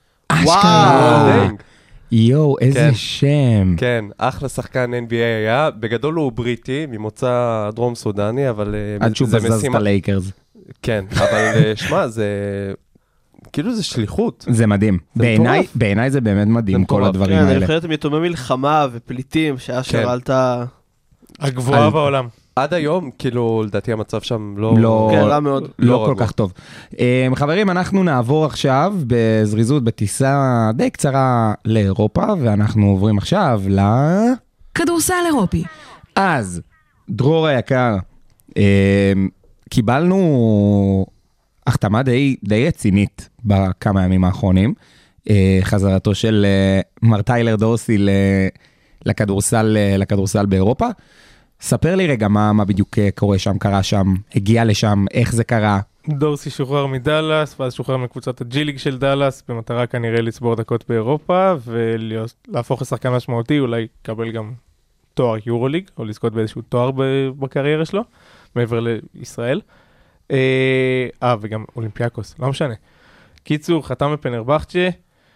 אשכרה. לואל דנג. יואו, איזה כן. שם. כן, אחלה שחקן אן בי איי היה. בגדול הוא בריטי, ממוצא דרום סודני, אבל אה, עד שהוא זה בזז את משימה- הלייקרס. כן, אבל אה, שמע, זה... כאילו זה שליחות. זה מדהים. זה בעיניי, מטורף. בעיניי זה באמת מדהים, זה כל מטורף. הדברים כן, האלה. הנבחרת עם יתומי מלחמה ופליטים, שאשר כן. עלתה... הגבוהה על- בעולם. עד היום, כאילו, לדעתי המצב שם לא... לא- כן, רע מאוד. לא לא כל רגוע. כך טוב. Um, חברים, אנחנו נעבור עכשיו בזריזות, בטיסה די קצרה לאירופה, ואנחנו עוברים עכשיו ל... כדורסל אירופי. אז, דרור היקר, um, קיבלנו החתמה די, די רצינית בכמה ימים האחרונים, uh, חזרתו של uh, מר טיילר דורסי ל- לכדורסל, uh, לכדורסל באירופה. ספר לי רגע מה, מה בדיוק אה, קורה שם, קרה שם, הגיע לשם, איך זה קרה. דורסי שוחרר מדלס, ואז שוחרר מקבוצת הג'יליג של דלס, במטרה כנראה לצבור דקות באירופה, ולהפוך לשחקן משמעותי, אולי לקבל גם תואר יורוליג, או לזכות באיזשהו תואר ב- בקריירה שלו, מעבר לישראל. אה, אה, וגם אולימפיאקוס, לא משנה. קיצור, חתם בפנרבחצ'ה,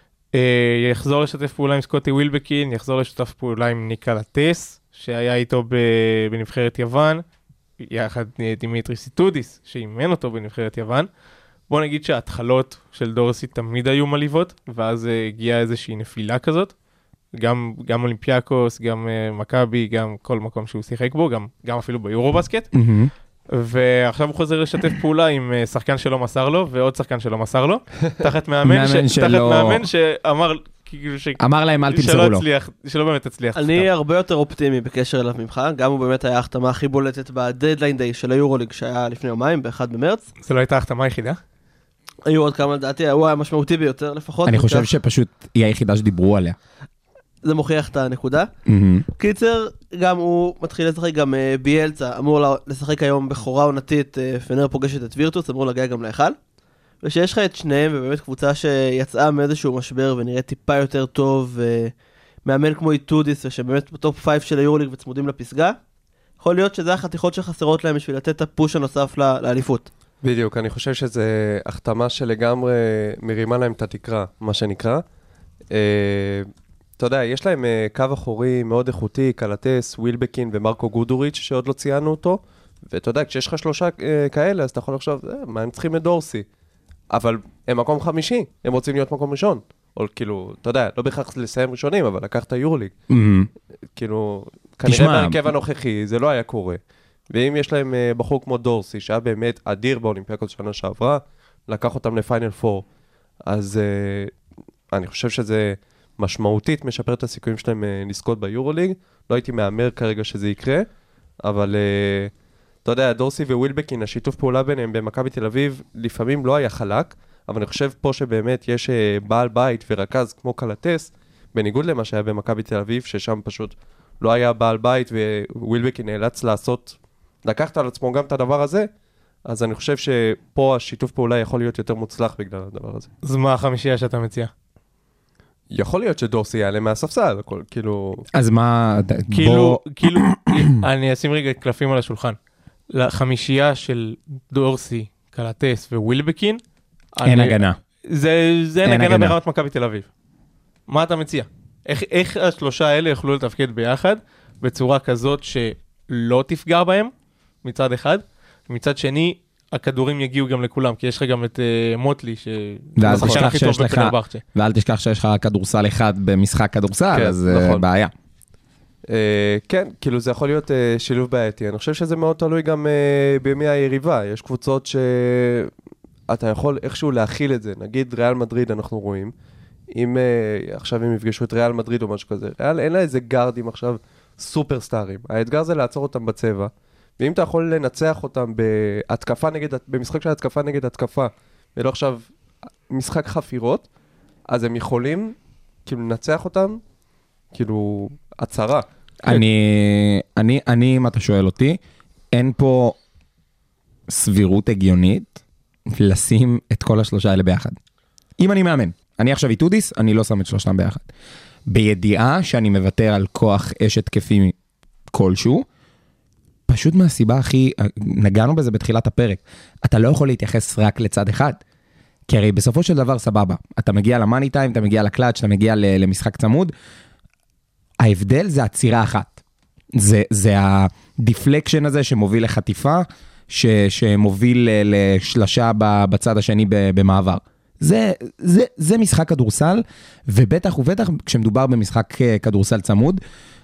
אה, יחזור לשתף פעולה עם סקוטי ווילבקין, יחזור לשתף פעולה עם ניקה לטס, שהיה איתו ב- בנבחרת יוון, יחד דימיטרי סיטודיס, שאימן אותו בנבחרת יוון. בוא נגיד שההתחלות של דורסי תמיד היו מליבות, ואז uh, הגיעה איזושהי נפילה כזאת. גם, גם אולימפיאקוס, גם uh, מכבי, גם כל מקום שהוא שיחק בו, גם, גם אפילו ביורובסקט. ועכשיו הוא חוזר לשתף פעולה עם uh, שחקן שלא מסר לו, ועוד שחקן שלא מסר לו, תחת מאמן, מאמן ש... תחת שלא- מאמן שאמר, כאילו ש... אמר להם, אל תמסרו שלא לו. הצליח, שלא באמת הצליח. אני הרבה יותר אופטימי בקשר אליו ממך, גם הוא באמת היה ההחתמה הכי בולטת בדדליין דיי של היורוליג שהיה לפני יומיים, ב-אחד במרץ. זה לא הייתה ההחתמה היחידה? היו עוד כמה לדעתי, הוא היה משמעותי ביותר לפחות. אני חושב וכך שפשוט היא היחידה שדיברו עליה. זה מוכיח את הנקודה. קיצר, גם הוא מתחיל לשחק, גם אה, ביאלצה אמור לה- לשחק היום בכורה עונתית, אה, פנר פוגשת את וירטוס, אמור להגיע גם להיכל. ושיש לך את שניהם, ובאמת קבוצה שיצאה מאיזשהו משבר ונראה טיפה יותר טוב, ומאמן כמו איטודיס, ושבאמת בטופ פייב של היורוליג וצמודים לפסגה, יכול להיות שזה החתיכות שחסרות להם בשביל לתת את הפוש הנוסף ל- לאליפות. בדיוק, אני חושב שזו החתמה שלגמרי מרימה להם את התקרה, מה שנקרא. אה, אתה יודע, יש להם אה, קו אחורי מאוד איכותי, קלטס, ווילבקין ומרקו גודוריץ' שעוד לא ציינו אותו, ואתה יודע, כשיש לך שלושה אה, כאלה, אז אתה יכול לחשוב, אה, מה הם צריכים את דורסי? אבל הם מקום חמישי, הם רוצים להיות מקום ראשון. או כאילו, אתה יודע, לא בהכרח לסיים ראשונים, אבל לקחת יורוליג. כאילו, כנראה תשמע, בהרכב הנוכחי זה לא היה קורה. ואם יש להם uh, בחור כמו דורסי, שהיה באמת אדיר באולימפיאקוס שנה שעברה, לקח אותם לפיינל פור, אז uh, אני חושב שזה משמעותית משפר את הסיכויים שלהם uh, לזכות ביורוליג. לא הייתי מאמר כרגע שזה יקרה, אבל uh, אתה יודע, דורסי ווילבקין, השיתוף פעולה ביניהם במכבי תל אביב, לפעמים לא היה חלק, אבל אני חושב פה שבאמת יש uh, בעל בית ורכז כמו קלטס, בניגוד למה שהיה במכבי תל אביב, ששם פשוט לא היה בעל בית, ווילבקין נאלץ לעשות, לקחת על עצמו גם את הדבר הזה, אז אני חושב שפה השיתוף פעולה יכול להיות יותר מוצלח בגלל הדבר הזה. אז מה החמישייה שאתה מציע? יכול להיות שדורסי יעלה מהספסל, הכל, כאילו... אז מה... כאילו, כאילו, אני אשים רגע קלפים על השולחן. לחמישייה של דורסי, קלטס ווילבקין, אין הגנה. זה, זה אין אין הגנה הגנה. ברמת מכבי תל אביב. מה אתה מציע? איך, איך השלושה האלה יוכלו לתפקד ביחד, בצורה כזאת שלא תפגע בהם, מצד אחד, ומצד שני, הכדורים יגיעו גם לכולם, כי יש לך גם את uh, מוטלי, ש... ואז השחקן תשכח הכי שיש טוב לך, בפנרבחצ'ה. ואל תשכח שיש לך כדורסל אחד במשחק כדורסל, כן, אז אה, נכון. בעיה. אה, כן, כאילו זה יכול להיות אה, שילוב בעייתי. אני חושב שזה מאוד תלוי גם אה, במי היריבה. יש קבוצות שאתה יכול איכשהו להכיל את זה. נגיד ריאל מדריד אנחנו רואים, אם אה, עכשיו הם יפגשו את ריאל מדריד או משהו כזה, ריאל אין לה איזה גארדים עכשיו סופרסטארים. האתגר זה לעצור אותם בצבע, ואם אתה יכול לנצח אותם בהתקפה נגד, במשחק של התקפה נגד התקפה, ולא עכשיו משחק חפירות, אז הם יכולים כאילו לנצח אותם, כאילו הצהרה. אני, אני, אני, אם אתה שואל אותי, אין פה סבירות הגיונית לשים את כל השלושה האלה ביחד. אם אני מאמן, אני עכשיו איתודיס, אני לא שם את שלושתם ביחד. בידיעה שאני מוותר על כוח אש התקפי כלשהו, פשוט מהסיבה הכי, נגענו בזה בתחילת הפרק, אתה לא יכול להתייחס רק לצד אחד, כי הרי בסופו של דבר סבבה, אתה מגיע למאני טיים, אתה מגיע לקלאץ', אתה מגיע למשחק צמוד, ההבדל זה הצירה אחת, זה, זה הדיפלקשן הזה שמוביל לחטיפה, ש, שמוביל לשלשה בצד השני במעבר. זה, זה, זה משחק כדורסל, ובטח ובטח כשמדובר במשחק כדורסל צמוד,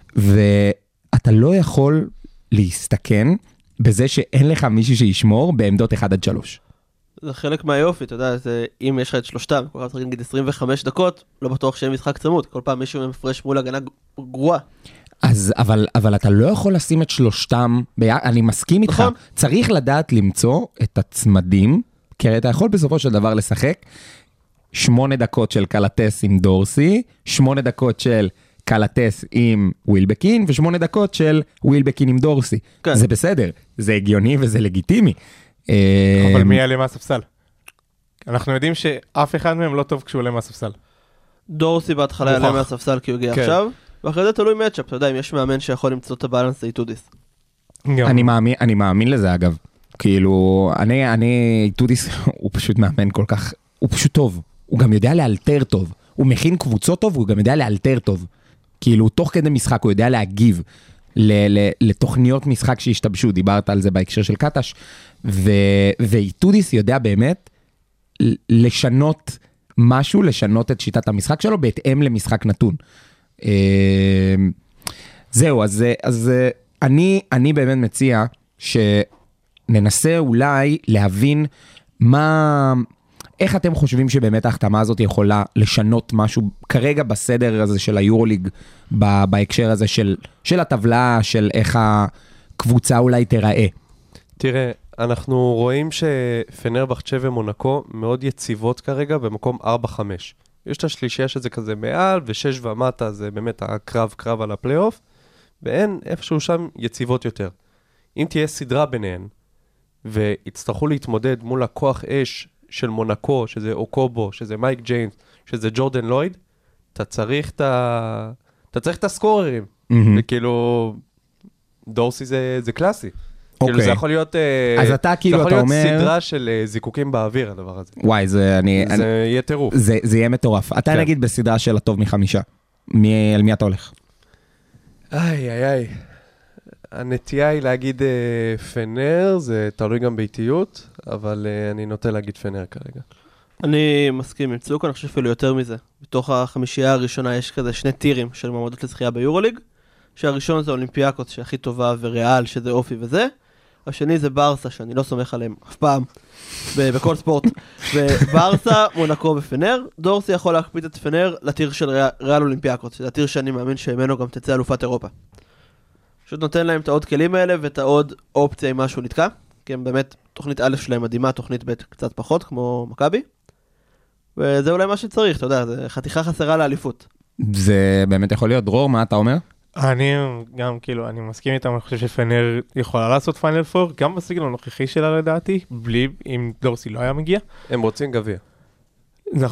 ואתה לא יכול להסתכן בזה שאין לך מישהו שישמור בעמדות אחת עד שלוש. זה חלק מהיופי, אתה יודע, זה, אם יש לך את שלושתם, כל פעם צריך להגיד עשרים וחמש דקות, לא בטוח שיהיה משחק צמוד, כל פעם מישהו מפרש מול הגנה גרועה. אז, אבל, אבל אתה לא יכול לשים את שלושתם, בי... אני מסכים איתך, נכון. צריך לדעת למצוא את הצמדים, כי אתה יכול בסופו של דבר לשחק, שמונה דקות של קלטס עם דורסי, שמונה דקות של קלטס עם ווילבקין, ושמונה דקות של ווילבקין עם דורסי. כן. זה בסדר, זה הגיוני וזה לגיטימי. אבל מי יעלה מהספסל? אנחנו יודעים שאף אחד מהם לא טוב כשהוא עולה מהספסל. דורסי בהתחלה יעלה מהספסל כי הוא הגיע כן. עכשיו, ואחרי זה תלוי מאצ'אפ, אתה יודע, אם יש מאמן שיכול למצוא את הבאלנס, זה איתודיס. אני מאמין, אני מאמין לזה אגב. כאילו, אני, אני, טודיס, הוא פשוט מאמן כל כך, הוא פשוט טוב. הוא גם יודע לאלתר טוב. הוא מכין קבוצות טוב, הוא גם יודע לאלתר טוב. כאילו, תוך כדי משחק הוא יודע להגיב ל- ל- לתוכניות משחק שהשתבשו. דיברת על זה בהקשר של קטש. ו- ואיתודיס יודע באמת לשנות משהו, לשנות את שיטת המשחק שלו בהתאם למשחק נתון. זהו, אז, אז אני, אני באמת מציע שננסה אולי להבין מה, איך אתם חושבים שבאמת ההחתמה הזאת יכולה לשנות משהו כרגע בסדר הזה של היורוליג, בהקשר הזה של, של הטבלה, של איך הקבוצה אולי תיראה. תראה, אנחנו רואים שפנרבחצ'ה ומונקו מאוד יציבות כרגע במקום ארבע חמש. יש את השלישייה שזה כזה מעל, ושש ומטה זה באמת הקרב קרב על הפלייאוף, ואין איפשהו שם יציבות יותר. אם תהיה סדרה ביניהן, והצטרכו להתמודד מול הכוח אש של מונקו, שזה אוקובו, שזה מייק ג'יינס, שזה ג'ורדן לויד, אתה צריך את ה... אתה צריך את הסקוררים. Mm-hmm. וכאילו, דורסי זה, זה קלאסי. אוקיי. כאילו זה יכול להיות, אז אתה כאילו, זה יכול אתה להיות אומר... סדרה של זיקוקים באוויר, הדבר הזה. וואי, זה אני... זה אני... יהיה טירוף. זה, זה יהיה מטורף. אתה כן. נגיד בסדרה של הטוב מחמישה. מי, על מי אתה הולך? איי, איי, איי. הנטייה היא להגיד אה, פנר, זה תלוי גם באיטיות, אבל אה, אני נוטה להגיד פנר כרגע. אני מסכים עם צוק, אני חושב אפילו יותר מזה. בתוך החמישייה הראשונה יש כזה שני טירים של מעמדות לזכייה ביורוליג, שהראשון זה אולימפיאקוס שהכי טובה וריאל שזה אופי וזה, השני זה ברסה שאני לא סומך עליהם אף פעם ב- בכל ספורט, וברסה, מונקו ופנר. דורסי יכול להקפיץ את פנר לטיר של ריאל, ריאל אולימפיאקוס, שזה הטיר שאני מאמין שממנו גם תצא אלופת אירופה. פשוט נותן להם את העוד כלים האלה ואת העוד אופציה אם משהו נתקע, כי הם באמת תוכנית א' שלהם מדהימה, תוכנית ב' קצת פחות כמו מכבי, וזה אולי מה שצריך, אתה יודע, זה חתיכה חסרה לאליפות. זה באמת יכול להיות. דרור, מה אתה אומר? אני גם כאילו, אני מסכים איתם, אני חושב שפנר יכולה לעשות פיינל פור, גם בסגל הנוכחי שלה לדעתי, בלי, אם דורסי לא היה מגיע. הם רוצים גביע. נכון,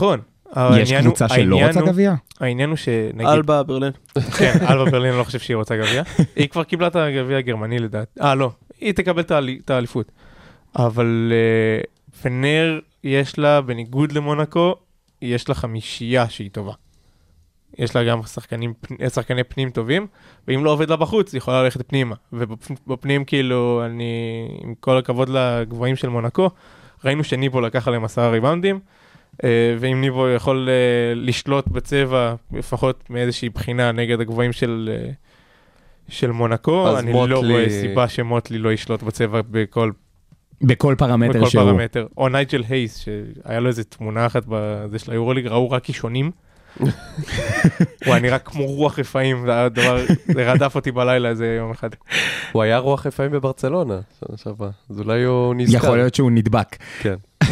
יש קבוצה שלא רוצה גביע? העניין הוא שנגיד... אלבה, ברלין. כן, אלבה ברלין, אני לא חושב שהיא רוצה גביע. היא כבר קיבלה את הגביע הגרמני לדעת. אה, לא, היא תקבל את האליפות. אבל פנר יש לה, בניגוד למונקו, יש לה חמישייה שהיא טובה. יש לה גם שחקנים, שחקני פנים טובים, ואם לא עובד לה בחוץ, היא יכולה ללכת פנימה. ובפנים, כאילו, אני, עם כל הכבוד לגבוהים של מונקו, ראינו שניבו לקח עליהם עשרה ריבאונדים, ואם ניבו יכול לשלוט בצבע, לפחות מאיזושהי בחינה נגד הגבוהים של, של מונקו, אני מוטלי... לא רואה סיבה שמוטלי לא ישלוט בצבע בכל בכל פרמטר בכל שהוא. פרמטר. או נייג'ל הייס, שהיה לו איזה תמונה אחת בזה של היורוליג, ראו רק קישונים. הוא היה נראה כמו רוח רפאים, זה רדף אותי בלילה איזה יום אחד. הוא היה רוח רפאים בברצלונה, אז אולי הוא נזכר. יכול להיות שהוא נדבק. כן.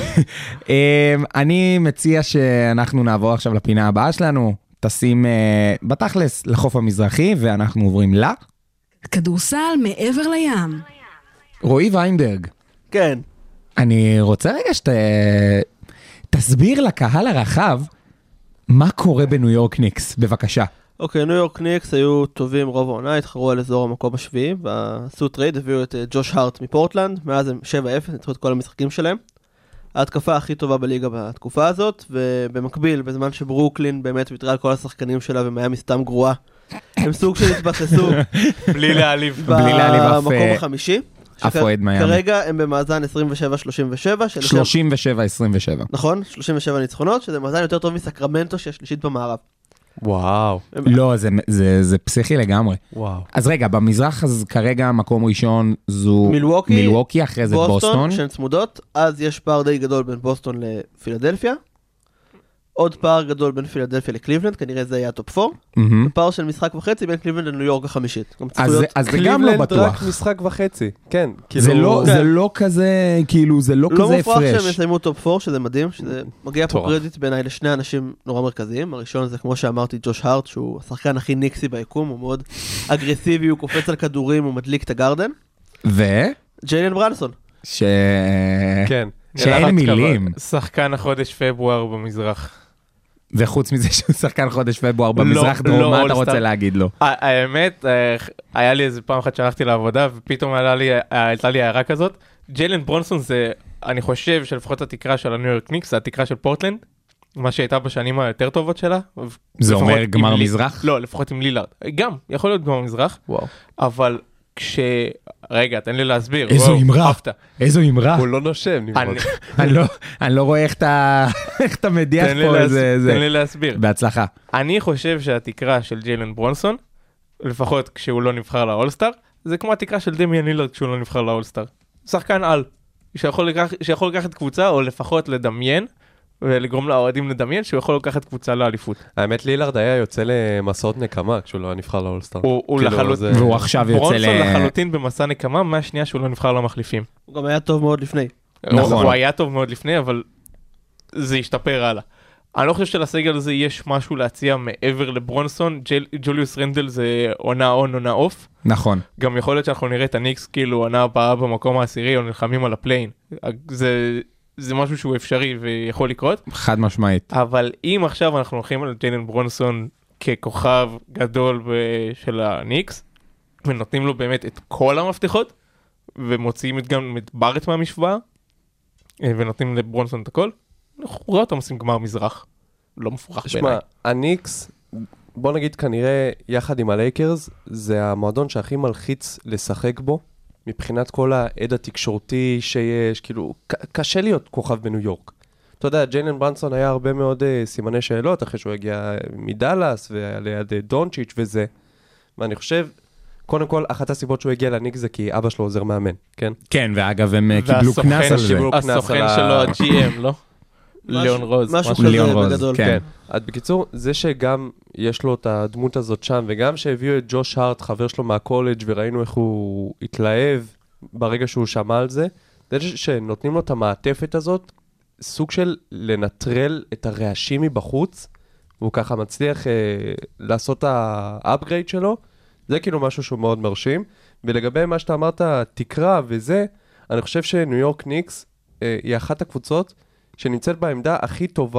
אני מציע שאנחנו נעבור עכשיו לפינה הבאה שלנו, תשים בתכלס לחוף המזרחי, ואנחנו עוברים לה. כדורסל מעבר לים. רועי ויינברג. כן. אני רוצה רגע שת... תסביר לקהל הרחב מה קורה בניו יורק ניקס, בבקשה. אוקיי, ניו יורק ניקס היו טובים רוב העונה, התחרו על אזור המקום השביעי, ועשו טרייד, הביאו את ג'וש הארט מפורטלנד, מאז הם שבע אפס, ניצחו את כל המשחקים שלהם. ההתקפה הכי טובה בליגה בתקופה הזאת, ובמקביל, בזמן שברוקלין באמת ויתרה על כל השחקנים שלה, ומיאמי סתם גרועה, הם סוג של התבססו בלי להעליב, בלי להעליב אף... במקום החמישי. אף אוהד מיאמי. כרגע הם במאזן עשרים ושבע שלושים ושבע. שלושים ושבע עשרים ושבע. נכון, שלושים ושבע ניצחונות, שזה מאזן יותר טוב מסקרמנטו שהשלישית במערב. וואו. לא, זה, זה, זה פסיכי לגמרי. וואו. אז רגע, במזרח אז כרגע מקום ראשון זו מילווקי, מילווקי אחרי זה בוסטון. בוסטון, שהן צמודות, אז יש פער די גדול בין בוסטון לפילדלפיה. עוד פער גדול בין פילדלפיה לקליבלנד, כנראה זה היה טופ ארבע. פער של משחק וחצי בין קליבלנד לניו יורק החמישית. אז זה גם לא בטוח. קליבלנד רק משחק וחצי, כן. זה לא כזה, כאילו, זה לא כזה הפרש. לא מופרח שהם יסיימו טופ ארבע, שזה מדהים, שזה מגיע פה קרדיט בעיניי לשני אנשים נורא מרכזיים. הראשון זה, כמו שאמרתי, ג'וש הארט, שהוא השחקן הכי ניקסי ביקום, הוא מאוד אגרסיבי, הוא קופץ על כדורים, הוא מדליק את הגרדן. ו? ג'יילן ברנסון. ש... כן. שאין מילים. שחקן החודש פברואר במזרח. וחוץ מזה שהוא שחקן חודש פברואר במזרח דרום, מה אתה רוצה להגיד לו? האמת, היה לי איזה פעם אחת שהלכתי לעבודה, ופתאום הייתה לי הערה כזאת. ג'יילן ברונסון זה, אני חושב שלפחות התקרה של הניו יורק ניקס, זה התקרה של פורטלנד, מה שהייתה בשנים היותר טובות שלה. זה אומר גמר מזרח? לא, לפחות עם לילארד. גם, יכול להיות גמר מזרח, אבל כש... רגע, תן לי להסביר. איזו אמרה, איזו אמרה. הוא לא נושם, נמרוד. אני לא רואה איך אתה מדיח פה איזה... תן לי להסביר. בהצלחה. אני חושב שהתקרה של ג'יילן ברונסון, לפחות כשהוא לא נבחר לאולסטאר, זה כמו התקרה של דמיאן לילארד כשהוא לא נבחר לאולסטאר. שחקן על, שיכול לקחת קבוצה, או לפחות לדמיין, ולגרום לאוהדים לדמיין שהוא יכול לקחת קבוצה לאליפות. האמת, לילארד היה יוצא למסעות נקמה כשהוא לא נבחר לאולסטאר. והוא עכשיו יוצא ל... ברונסון לחלוטין במסע נקמה, מהשנייה שהוא לא נבחר למחליפים. הוא גם היה טוב מאוד לפני. נכון. הוא היה טוב מאוד לפני, אבל זה השתפר הלאה. אני לא חושב שלסגל הזה יש משהו להציע מעבר לברונסון. ג'וליוס רנדל זה עונה און, עונה אוף. נכון. גם יכול להיות שאנחנו נראה את הניקס כאילו עונה הבאה במקום העשירי, או נלחמים על הפליין. זה... זה משהו שהוא אפשרי ויכול לקרות. חד משמעית. אבל אם עכשיו אנחנו הולכים על ג'יילן ברונסון ככוכב גדול של הניקס, ונותנים לו באמת את כל המפתחות, ומוציאים גם את בארט מהמשוואה, ונותנים לברונסון את הכל, אנחנו רואים אותם עושים גמר מזרח. לא מפורח בעיניי. שמע, הניקס, בוא נגיד כנראה יחד עם הלייקרס, זה המועדון שהכי מלחיץ לשחק בו, מבחינת כל העד התקשורתי שיש, כאילו, קשה להיות כוכב בניו יורק. אתה יודע, ג'יילן ברנסון היה הרבה מאוד uh, סימני שאלות, אחרי שהוא הגיע מדלס, והיה ליד uh, דונצ'יץ' וזה. ואני חושב, קודם כל, אחת הסיבות שהוא הגיע לניק זה כי אבא שלו עוזר מאמן, כן? כן, ואגב, הם קיבלו כנס על זה. הסוכן שלו, ה-ג'י אם, לא? ליאון רוז. משהו כזה בגדול. כן. אז בקיצור, זה שגם יש לו את הדמות הזאת שם, וגם שהביאו את ג'וש הארט, חבר שלו מהקולג', וראינו איך הוא התלהב ברגע שהוא שמע על זה, זה שנותנים לו את המעטפת הזאת, סוג של לנטרל את הרעשים מבחוץ, והוא ככה מצליח אה, לעשות את האפגרייד שלו, זה כאילו משהו שהוא מאוד מרשים, ולגבי מה שאתה אמרת, תקרה וזה, אני חושב שניו יורק ניקס אה, היא אחת הקבוצות, שנמצאת בעמדה הכי טובה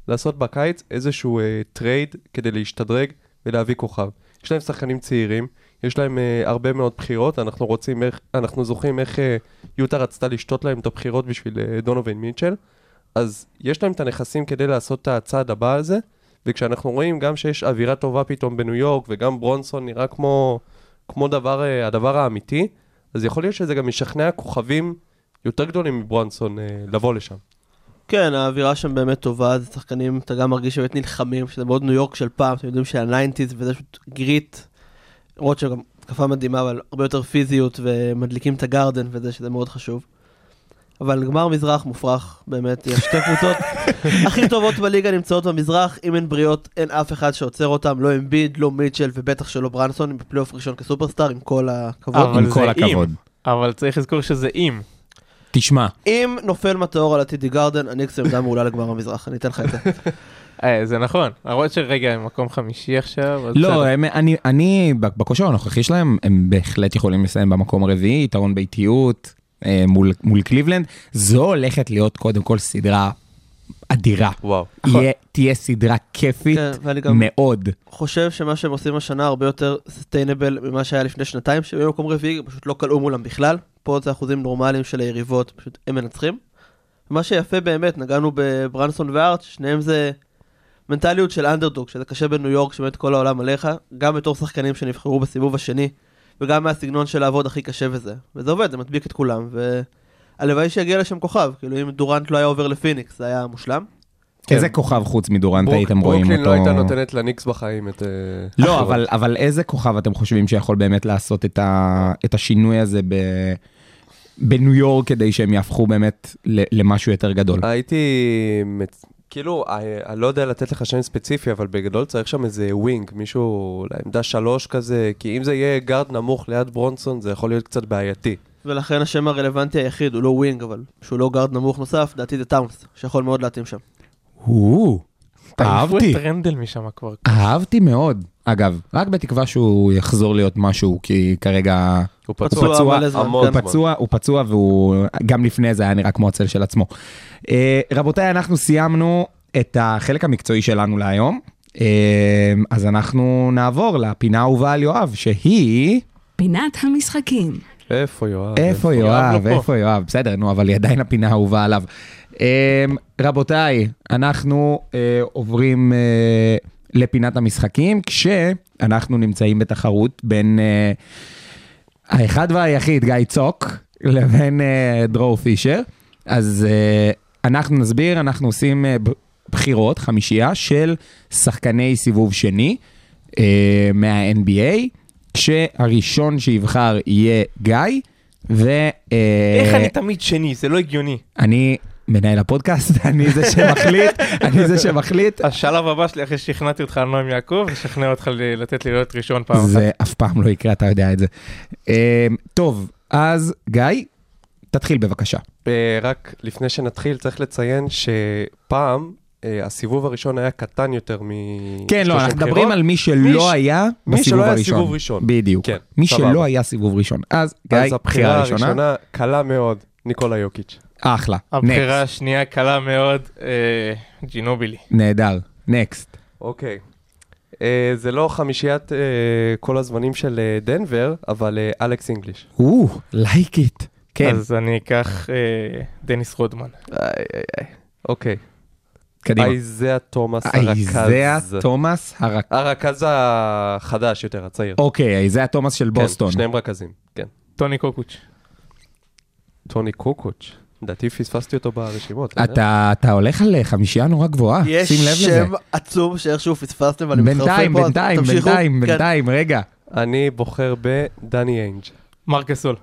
לעשות בקיץ איזשהו אה, טרייד כדי להשתדרג ולהביא כוכב. יש להם שחקנים צעירים, יש להם אה, הרבה מאוד בחירות, אנחנו רוצים איך, אנחנו זוכרים איך אה, יוטה רצתה לשתות להם את הבחירות בשביל אה, דונובין מיטשל, אז יש להם את הנכסים כדי לעשות את הצעד הבא הזה, וכשאנחנו רואים גם שיש אווירה טובה פתאום בניו יורק, וגם ברונסון נראה כמו, כמו דבר, אה, הדבר האמיתי, אז יכול להיות שזה גם משכנע כוכבים יותר גדולים מברונסון אה, לבוא לשם. כן, האווירה שם באמת טובה, זה שחקנים, אתה גם מרגיש שבאמת נלחמים, שזה מאוד ניו יורק של פעם, אתם יודעים שהניינטיז וזה פשוט גריט, למרות שגם תקפה מדהימה, אבל הרבה יותר פיזיות, ומדליקים את הגרדן וזה, שזה מאוד חשוב. אבל גמר מזרח מופרך, באמת, יש שתי קבוצות הכי טובות בליגה נמצאות במזרח, אם אין בריאות, אין אף אחד שעוצר אותם, לא אמביד, לא מיטשל, ובטח שלא ברנסון, בפלייאוף ראשון כסופרסטאר, עם כל הכבוד. עם כל הכבוד. אבל צריך לזכור שזה אם. תשמע. אם נופל מטאור על הטידי גרדן, אני אקסם עמדה מעולה לגמר המזרח, אני אתן לך את זה. זה נכון, למרות שרגע הם מקום חמישי עכשיו. לא, אני, בכושר הנוכחי שלהם, הם בהחלט יכולים לסיים במקום הרביעי, יתרון ביתיות, מול קליבלנד. זו הולכת להיות קודם כל סדרה אדירה. וואו. תהיה סדרה כיפית מאוד. חושב שמה שהם עושים השנה הרבה יותר סטיינבל ממה שהיה לפני שנתיים, שהם במקום רביעי, פשוט לא קלעו מולם בכלל. פה זה אחוזים נורמליים של היריבות, פשוט הם מנצחים. מה שיפה באמת, נגענו בברנסון וארץ', שניהם זה מנטליות של אנדרדוג, שזה קשה בניו יורק, שבאמת כל העולם עליך, גם בתור שחקנים שנבחרו בסיבוב השני, וגם מהסגנון של לעבוד הכי קשה וזה. וזה עובד, זה מדביק את כולם, והלוואי שיגיע לשם כוכב, כאילו אם דורנט לא היה עובר לפיניקס, זה היה מושלם. איזה כוכב חוץ מדורנט הייתם רואים אותו? ברוקלין לא הייתה נותנת לניקס בחיים את... לא, אבל איזה כוכב אתם חושבים שיכול באמת לעשות את השינוי הזה בניו יורק, כדי שהם יהפכו באמת למשהו יותר גדול? הייתי... כאילו, אני לא יודע לתת לך שם ספציפי, אבל בגדול צריך שם איזה ווינג, מישהו לעמדה שלוש כזה, כי אם זה יהיה גארד נמוך ליד ברונסון, זה יכול להיות קצת בעייתי. ולכן השם הרלוונטי היחיד הוא לא ווינג, אבל שהוא לא גארד נמוך נוסף, דעתי זה טאונס, שיכול מאוד להתאים שם. אהבתי. רנדל משם כבר. אהבתי מאוד. אגב, רק בתקווה שהוא יחזור להיות משהו, כי כרגע הוא פצוע, הוא פצוע, הוא פצוע, והוא גם לפני זה היה נראה כמו הצל של עצמו. רבותיי, אנחנו סיימנו את החלק המקצועי שלנו להיום, אז אנחנו נעבור לפינה האהובה על יואב, שהיא... פינת המשחקים. איפה יואב? איפה יואב? איפה יואב? בסדר, נו, אבל היא עדיין הפינה האהובה עליו. רבותיי, אנחנו עוברים לפינת המשחקים, כשאנחנו נמצאים בתחרות בין האחד והיחיד, גיא צוק, לבין דרור פישר. אז אנחנו נסביר, אנחנו עושים בחירות, חמישייה, של שחקני סיבוב שני מה-אן בי איי, כשהראשון שיבחר יהיה גיא, ו... איך אני תמיד שני? זה לא הגיוני. אני מנהל הפודקאסט, אני זה שמחליט, אני זה שמחליט. השלב הבא שלי, אחרי ששכנעתי אותך על נועם יעקב, ושכנע אותך לתת לי להיות ראשון פעם אחת. זה אף פעם לא יקרה, אתה יודע את זה. טוב, אז גיא, תתחיל בבקשה. רק לפני שנתחיל, צריך לציין שפעם, הסיבוב הראשון היה קטן יותר משלושים כן, לא, אנחנו מדברים על מי שלא היה בסיבוב הראשון. מי שלא היה סיבוב ראשון. בדיוק. מי שלא היה סיבוב ראשון. אז גיא, הבחירה הראשונה קלה מאוד, ניקולה יוקיץ'. אחלה. הבחירה השנייה קלה מאוד, ג'ינובילי. נהדר. נקסט. אוקיי. זה לא חמישיית כל הזמנים של דנבר, אבל אלכס אינגליש. או, לייק איט. כן. אז אני אקח דניס רודמן. אוקיי. קדימה. אייזאה תומאס הרכז. אייזאה תומאס הרכז. הרכז החדש יותר, הצעיר. אוקיי, אייזאה תומאס של בוסטון. כן, שניהם רכזים, כן. טוני קוקוץ'. טוני קוקוץ'. לדעתי פספסתי אותו ברשימות. אתה הולך על חמישייה נורא גבוהה, שים לב לזה. יש שם עצום שאיכשהו פספסתם, ואני מתחרפל פה. בינתיים, בינתיים, בינתיים, בינתיים, רגע. אני בוחר בדני איינג'. מרקסול.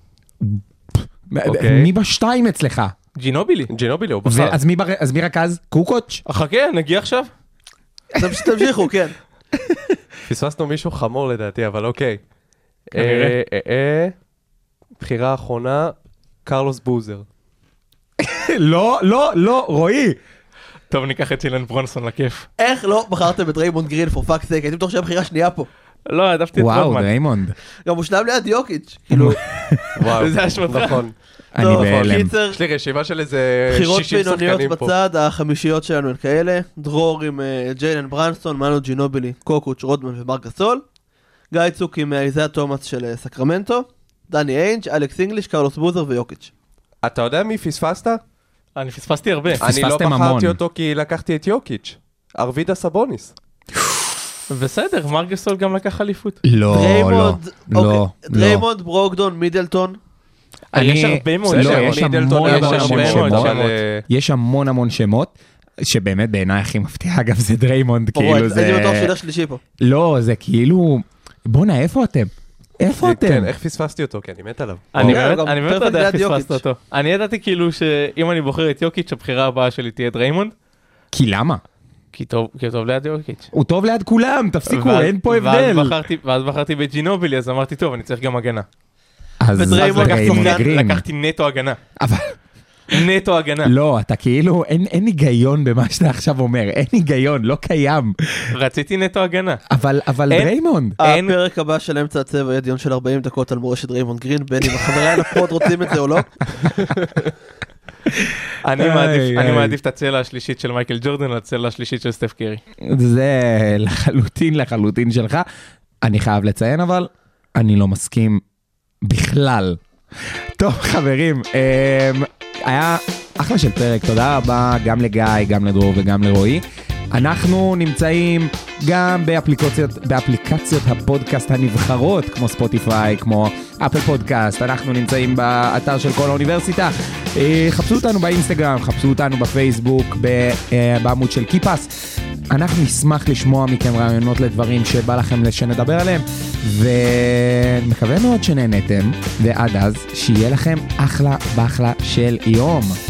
מי בשתיים אצלך? ג'ינובילי. ג'ינובילי, הוא בחר. אז מי רכז? קוקוץ'? חכה, נגיע עכשיו. תמשיכו, כן. פספסנו מישהו חמור לדעתי, אבל אוקיי. כנראה. בחירה האחרונה, קרלוס בוזר. לא, לא, לא, רועי. טוב, ניקח את שילן ברונסון לכיף. איך לא בחרתם את ריימונד גרין for fuck's sake? הייתם תוך שהיה בחירה שנייה פה. לא, העדפתי את וואו, רודמן. דריימונד. גם הוא שלב ליד יוקיץ', כאילו, וואו, זה אשמתך. נכון. אני טוב, בהלם. קיצר, יש לי רשימה של איזה בחירות שישים בינוניות שחקנים פה. בצד, החמישיות שלנו הן כאלה, דרור עם אה, ג'יילן ברנסטון, מנו ג'ינובילי, קוקוץ', רודמן ומרק גסול, גיא צוק עם אה, איזיה תומאס של אה, סקרמנטו, דני איינג', אלכס אינגליש, קרלוס בוזר ויוקיץ'. אתה יודע מי פספסת? אני פספסתי הרבה. אני לא פספסתם המון. בחרתי אותו כי לקחתי את יוקיץ'. ארבידה סבוניס. בסדר, מרק גסול גם לקח אליפות. לא, לא, דריימונד, לא, אוקיי, לא. דריימונד, ברוקדון, מידלטון, יש אני- הרבה מאוד לא, בסדר, שמות. יש מידלטון המון היה המון יש המון הרבה מאוד שמות. שמות. יש המון המון שמות, שבאמת בעיניי הכי מפתיע, אגב, זה דריימונד, ברור, כאילו הייתי בטוח זה... שילך שלישי פה. לא, זה כאילו... בואנה, איפה אתם? איפה אתם? כן, איך פספסתי אותו? כי אני מת עליו. אני אוקיי, באמת גם אני באמת לא פרפקט יודע איך ליד פספסת יוקיץ'. אותו. אני ידעתי כאילו שאם אני בוחר את יוקיץ', הבחירה הבאה שלי תהיה דריימונד, כי למה? כי טוב כי הוא טוב ליד יוקיץ'. הוא טוב ליד כולם, תפסיקו, ואז- אין פה ואז הבדל. בחרתי- ואז בחרתי בג'ינובילי, אז אמרתי, טוב, אני צריך גם הגנה. אז ודריימונד אז לקחתי דריימונד נט- גרין. לקחתי נטו הגנה. אבל נטו הגנה. לא, אתה כאילו, אין אין היגיון במה שאתה עכשיו אומר, אין היגיון, לא קיים. רציתי נטו הגנה. אבל אבל אין- דריימונד. אין- הפרק הבא של אמצע הצבע יהיה דיון של ארבעים דקות על מורשת דריימונד גרין, בין אם החבריי לפוד רוצים את זה או לא. אני איי, מעדיף אני איי. מעדיף את הצלע השלישית של מייקל ג'ורדן לצלע השלישית של סטף קרי. זה לחלוטין לחלוטין שלך. אני חייב לציין אבל, אני לא מסכים בכלל. טוב חברים, אמ, היה אחלה של פרק, תודה רבה גם לגיא, גם לדרור וגם לרועי. אנחנו נמצאים גם באפליקציות, באפליקציות הפודקאסט הנבחרות, כמו ספוטיפיי, כמו אפל פודקאסט, אנחנו נמצאים באתר של כל האוניברסיטה. אה, חפשו אותנו באינסטגרם, חפשו אותנו בפייסבוק, ב- אה, בעמוד של קיפס. אנחנו נשמח לשמוע מכם רעיונות לדברים שבא לכם שנדבר עליהם, ומקווה מאוד שנהנתם, ועד אז שיהיה לכם אחלה באחלה של יום.